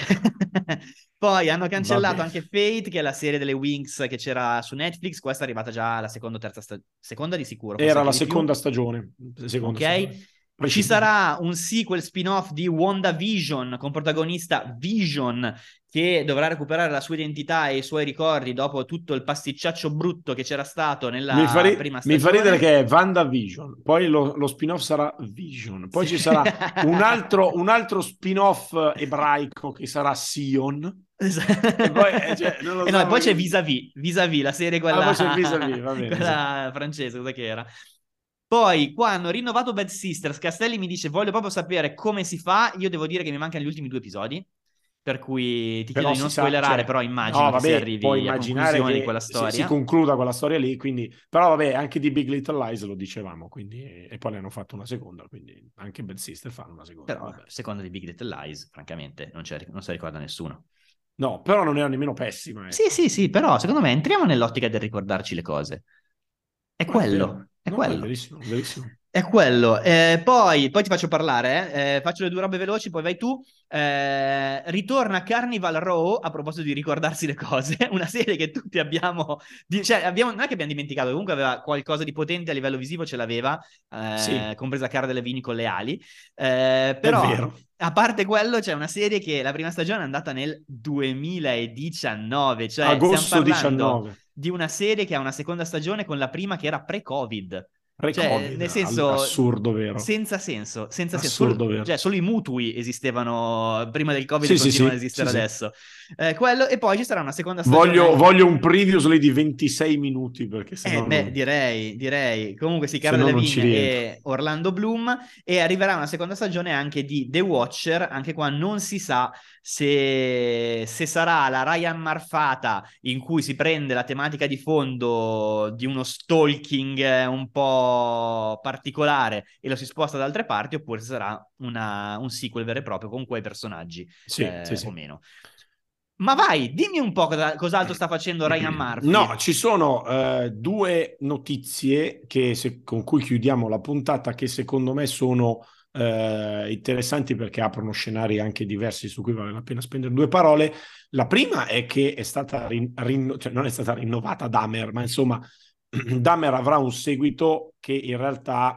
Poi hanno va cancellato bene. anche Fate, che è la serie delle Wings che c'era su Netflix. Questa è arrivata già alla seconda o terza stagione. Seconda di sicuro, forse Era anche la di più. seconda stagione. Ok? Ci Precisa. sarà un sequel spin-off di WandaVision con protagonista Vision che dovrà recuperare la sua identità e i suoi ricordi dopo tutto il pasticciaccio brutto che c'era stato nella prima Mi fa ridere stagione. che è WandaVision, poi lo spin-off sarà Vision, poi Sì. ci sarà un altro spin-off ebraico che sarà Sion, e poi cioè, non lo E no, e so. poi c'è Vis-a-Vis, la serie Ah, quella, poi c'è il vis-à-vis, va bene, sì. quella francese, cosa che era. Poi, qua hanno rinnovato Bad Sisters. Castelli mi dice: Voglio proprio sapere come si fa. Io devo dire che mi mancano gli ultimi 2 episodi. Per cui ti chiedo Però di si non sa, spoilerare, cioè, però no, immagino che si vabbè, puoi arrivi a immaginare conclusione di che quella si storia. concluda quella storia lì, quindi, però vabbè, anche di Big Little Lies lo dicevamo, quindi, e poi ne hanno fatto una seconda, quindi anche Bad Sister fanno una seconda, Però, vabbè. seconda di Big Little Lies, francamente, non se la ricorda nessuno. No, però non era nemmeno pessima, Sì, ecco. sì, sì, però secondo me entriamo nell'ottica del ricordarci le cose. È Ma è vero, quello, è no, è quello. verissimo, verissimo. È quello. Poi ti faccio parlare, faccio le due robe veloci, poi vai tu. Ritorna Carnival Row, a proposito di ricordarsi le cose, una serie che tutti abbiamo, cioè non è che abbiamo dimenticato, comunque aveva qualcosa di potente a livello visivo, ce l'aveva, Sì, compresa Cara Delevingne con le ali. è Però, vero. a parte quello, c'è una serie che la prima stagione è andata nel 2019, cioè stiamo Agosto parlando 19, di una serie che ha una seconda stagione con la prima che era pre-Covid. Cioè, pre-Covid, nel senso, assurdo, vero? senza senso, senza senso. Assurdo, vero? Solo i mutui esistevano prima del Covid e Sì, sì, continuano ad sì, sì, esistere sì. adesso. Quello, e poi ci sarà una seconda stagione Voglio, anche. voglio un previously di 26 minuti perché Beh, direi. Comunque sì, Cara se no non ci Delevingne rientro. e Orlando Bloom, e arriverà una seconda stagione anche di The Watcher, anche qua non si sa se sarà la Ryan Marfata in cui si prende la tematica di fondo di uno stalking un po' particolare e lo si sposta da altre parti, oppure se sarà un sequel vero e proprio con quei personaggi Sì. o meno. Ma vai, dimmi un po' cos'altro sta facendo Ryan Murphy. No, ci sono due notizie con cui chiudiamo la puntata, che secondo me sono interessanti perché aprono scenari anche diversi su cui vale la pena spendere due parole. La prima è che è stata cioè non è stata rinnovata Dahmer, ma insomma Dahmer avrà un seguito che in realtà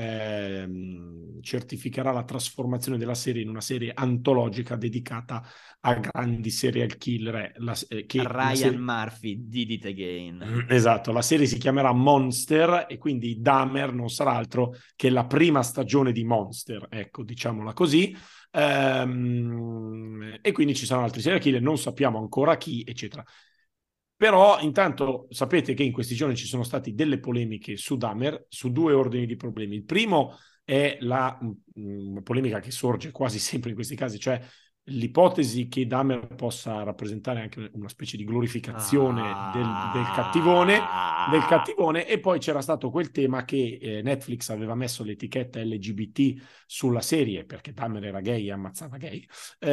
certificherà la trasformazione della serie in una serie antologica dedicata a grandi serial killer. Ryan Murphy did it again. Esatto, la serie si chiamerà Monster e quindi Dahmer non sarà altro che la prima stagione di Monster, ecco, diciamola così. E quindi ci saranno altri serial killer, non sappiamo ancora chi, eccetera. Però intanto sapete che in questi giorni ci sono state delle polemiche su Dahmer su due ordini di problemi. Il primo è la polemica che sorge quasi sempre in questi casi, cioè l'ipotesi che Dahmer possa rappresentare anche una specie di glorificazione del cattivone, e poi c'era stato quel tema che Netflix aveva messo l'etichetta LGBT sulla serie perché Dahmer era gay e ammazzava gay,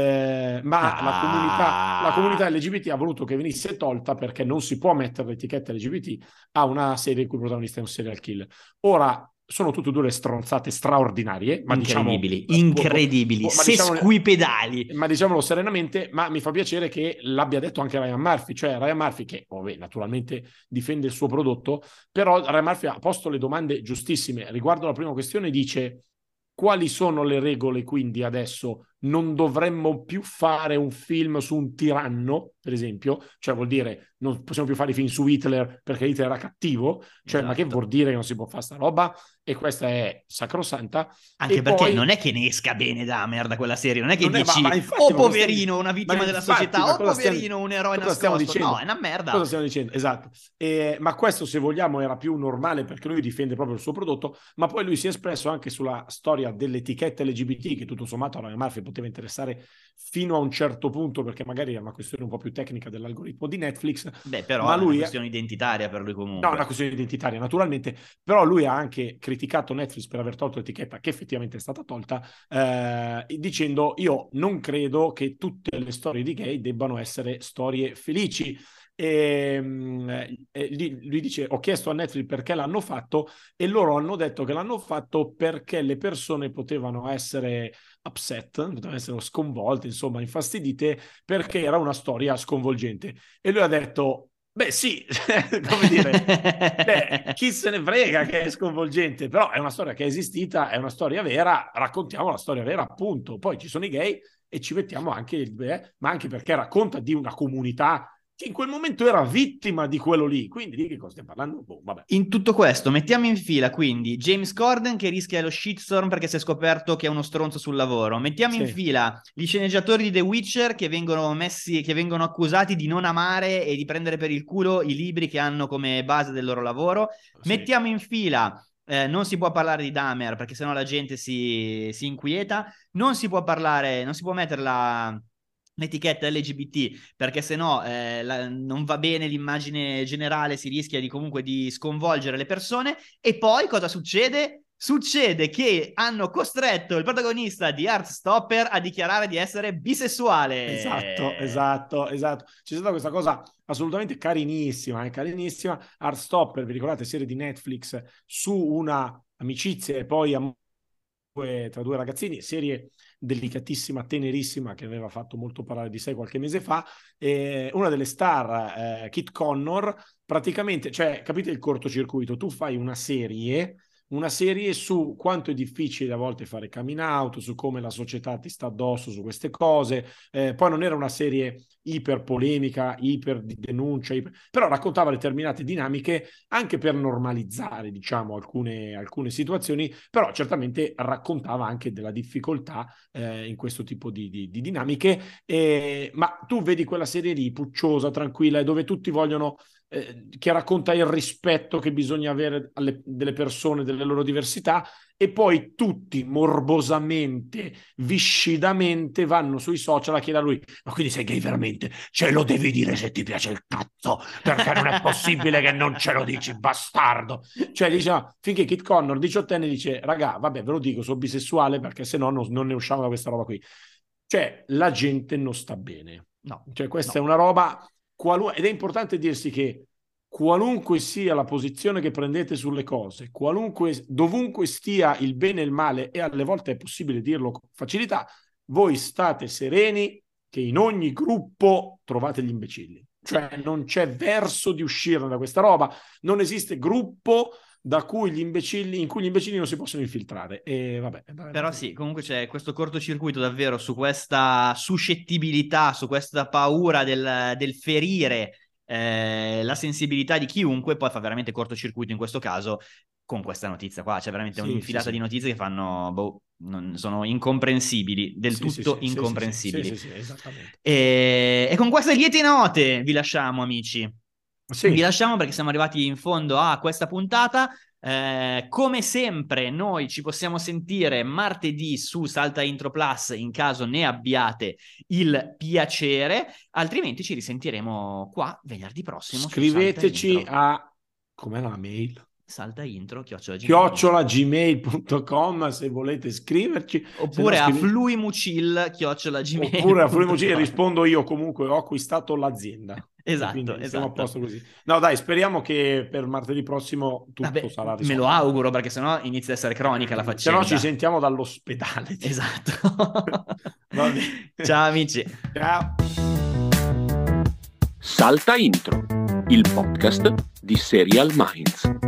ma la comunità LGBT ha voluto che venisse tolta perché non si può mettere l'etichetta LGBT a una serie in cui il protagonista è un serial killer. Ora sono tutte e due le stronzate straordinarie, ma incredibili, sesquipedali. Ma diciamolo serenamente, ma mi fa piacere che l'abbia detto anche Ryan Murphy, cioè Ryan Murphy che naturalmente difende il suo prodotto, però Ryan Murphy ha posto le domande giustissime. Riguardo alla prima questione dice: quali sono le regole quindi adesso? Non dovremmo più fare un film su un tiranno, per esempio? Cioè vuol dire non possiamo più fare i film su Hitler perché Hitler era cattivo? Cioè, esatto. Ma che vuol dire che non si può fare sta roba? E questa è sacrosanta. Anche e perché poi non è che ne esca bene Dahmer da quella serie, non è che non dici infatti, poverino, una vittima della società, poverino, un eroe nascosto. No, è una merda. Cosa stiamo dicendo? Esatto. Ma questo, se vogliamo, era più normale perché lui difende proprio il suo prodotto, ma poi lui si è espresso anche sulla storia dell'etichetta LGBT, che tutto sommato a Ryan Murphy poteva interessare fino a un certo punto, perché magari è una questione un po' più tecnica dell'algoritmo di Netflix. Beh, però è una questione identitaria per lui comunque. No, è una questione identitaria, naturalmente, però lui ha anche criticato Netflix per aver tolto l'etichetta, che effettivamente è stata tolta, dicendo: io non credo che tutte le storie di gay debbano essere storie felici. Lui dice: ho chiesto a Netflix perché l'hanno fatto e loro hanno detto che l'hanno fatto perché le persone potevano essere upset, potevano essere sconvolte, insomma infastidite, perché era una storia sconvolgente. E lui ha detto: beh sì, come dire, chi se ne frega che è sconvolgente, però è una storia che è esistita, è una storia vera, raccontiamo la storia vera, appunto. Poi ci sono i gay e ci mettiamo anche ma anche perché racconta di una comunità che in quel momento era vittima di quello lì, quindi di che cosa stiamo parlando? Vabbè. In tutto questo mettiamo in fila quindi James Corden che rischia lo shitstorm perché si è scoperto che è uno stronzo sul lavoro, mettiamo in fila gli sceneggiatori di The Witcher che vengono accusati di non amare e di prendere per il culo i libri che hanno come base del loro lavoro, mettiamo in fila non si può parlare di Dahmer perché sennò la gente si inquieta, non si può mettere l'etichetta LGBT perché sennò non va bene l'immagine generale, si rischia comunque di sconvolgere le persone. E poi cosa succede? Succede che hanno costretto il protagonista di Heartstopper a dichiarare di essere bisessuale. Esatto. C'è stata questa cosa assolutamente carinissima. Heartstopper, vi ricordate, serie di Netflix su una amicizia e poi tra due ragazzini, serie delicatissima, tenerissima, che aveva fatto molto parlare di sé qualche mese fa. Una delle star, Kit Connor, praticamente, cioè, capite il cortocircuito? Tu fai una serie su quanto è difficile a volte fare coming out, su come la società ti sta addosso su queste cose. Poi non era una serie iper polemica, iper di denuncia, però raccontava determinate dinamiche anche per normalizzare, diciamo, alcune situazioni, però certamente raccontava anche della difficoltà in questo tipo di dinamiche. Ma tu vedi quella serie lì, pucciosa, tranquilla, dove tutti vogliono che racconta il rispetto che bisogna avere delle persone, delle loro diversità, e poi tutti morbosamente, viscidamente vanno sui social a chiedere a lui: ma quindi sei gay veramente? Ce lo devi dire se ti piace il cazzo, perché non è possibile che non ce lo dici, bastardo. Cioè dice, no, finché Kit Connor, 18enne, dice: raga, vabbè, ve lo dico, sono bisessuale, perché se no non ne usciamo da questa roba qui. Cioè la gente non sta bene. No, cioè questa è una roba, ed è importante dirsi che qualunque sia la posizione che prendete sulle cose, dovunque stia il bene e il male, e alle volte è possibile dirlo con facilità, voi state sereni che in ogni gruppo trovate gli imbecilli. Cioè non c'è verso di uscire da questa roba, non esiste gruppo in cui gli imbecilli non si possono infiltrare. E vabbè. Però sì, comunque c'è questo cortocircuito davvero su questa suscettibilità, su questa paura del ferire la sensibilità di chiunque, poi fa veramente cortocircuito in questo caso con questa notizia qua. C'è veramente un'infilata di notizie che fanno, sono incomprensibili, del tutto incomprensibili. Sì, esattamente. E con queste lieti note vi lasciamo, amici. Sì. Vi lasciamo perché siamo arrivati in fondo a questa puntata. Come sempre noi ci possiamo sentire martedì su Salta Intro Plus in caso ne abbiate il piacere, altrimenti ci risentiremo qua venerdì prossimo. Scriveteci a... com'è la mail? saltaintro@gmail.com se volete scriverci, oppure a fluimucil@gmail.com. oppure a fluimucil, rispondo io, comunque ho acquistato l'azienda. Esatto. Siamo a posto così. No dai, speriamo che per martedì prossimo tutto sarà risolto. Me lo auguro, perché sennò inizia a essere cronica la faccenda. Se no ci sentiamo dall'ospedale. Esatto. Va bene. Ciao amici. Ciao. Salta Intro, il podcast di Serial Minds.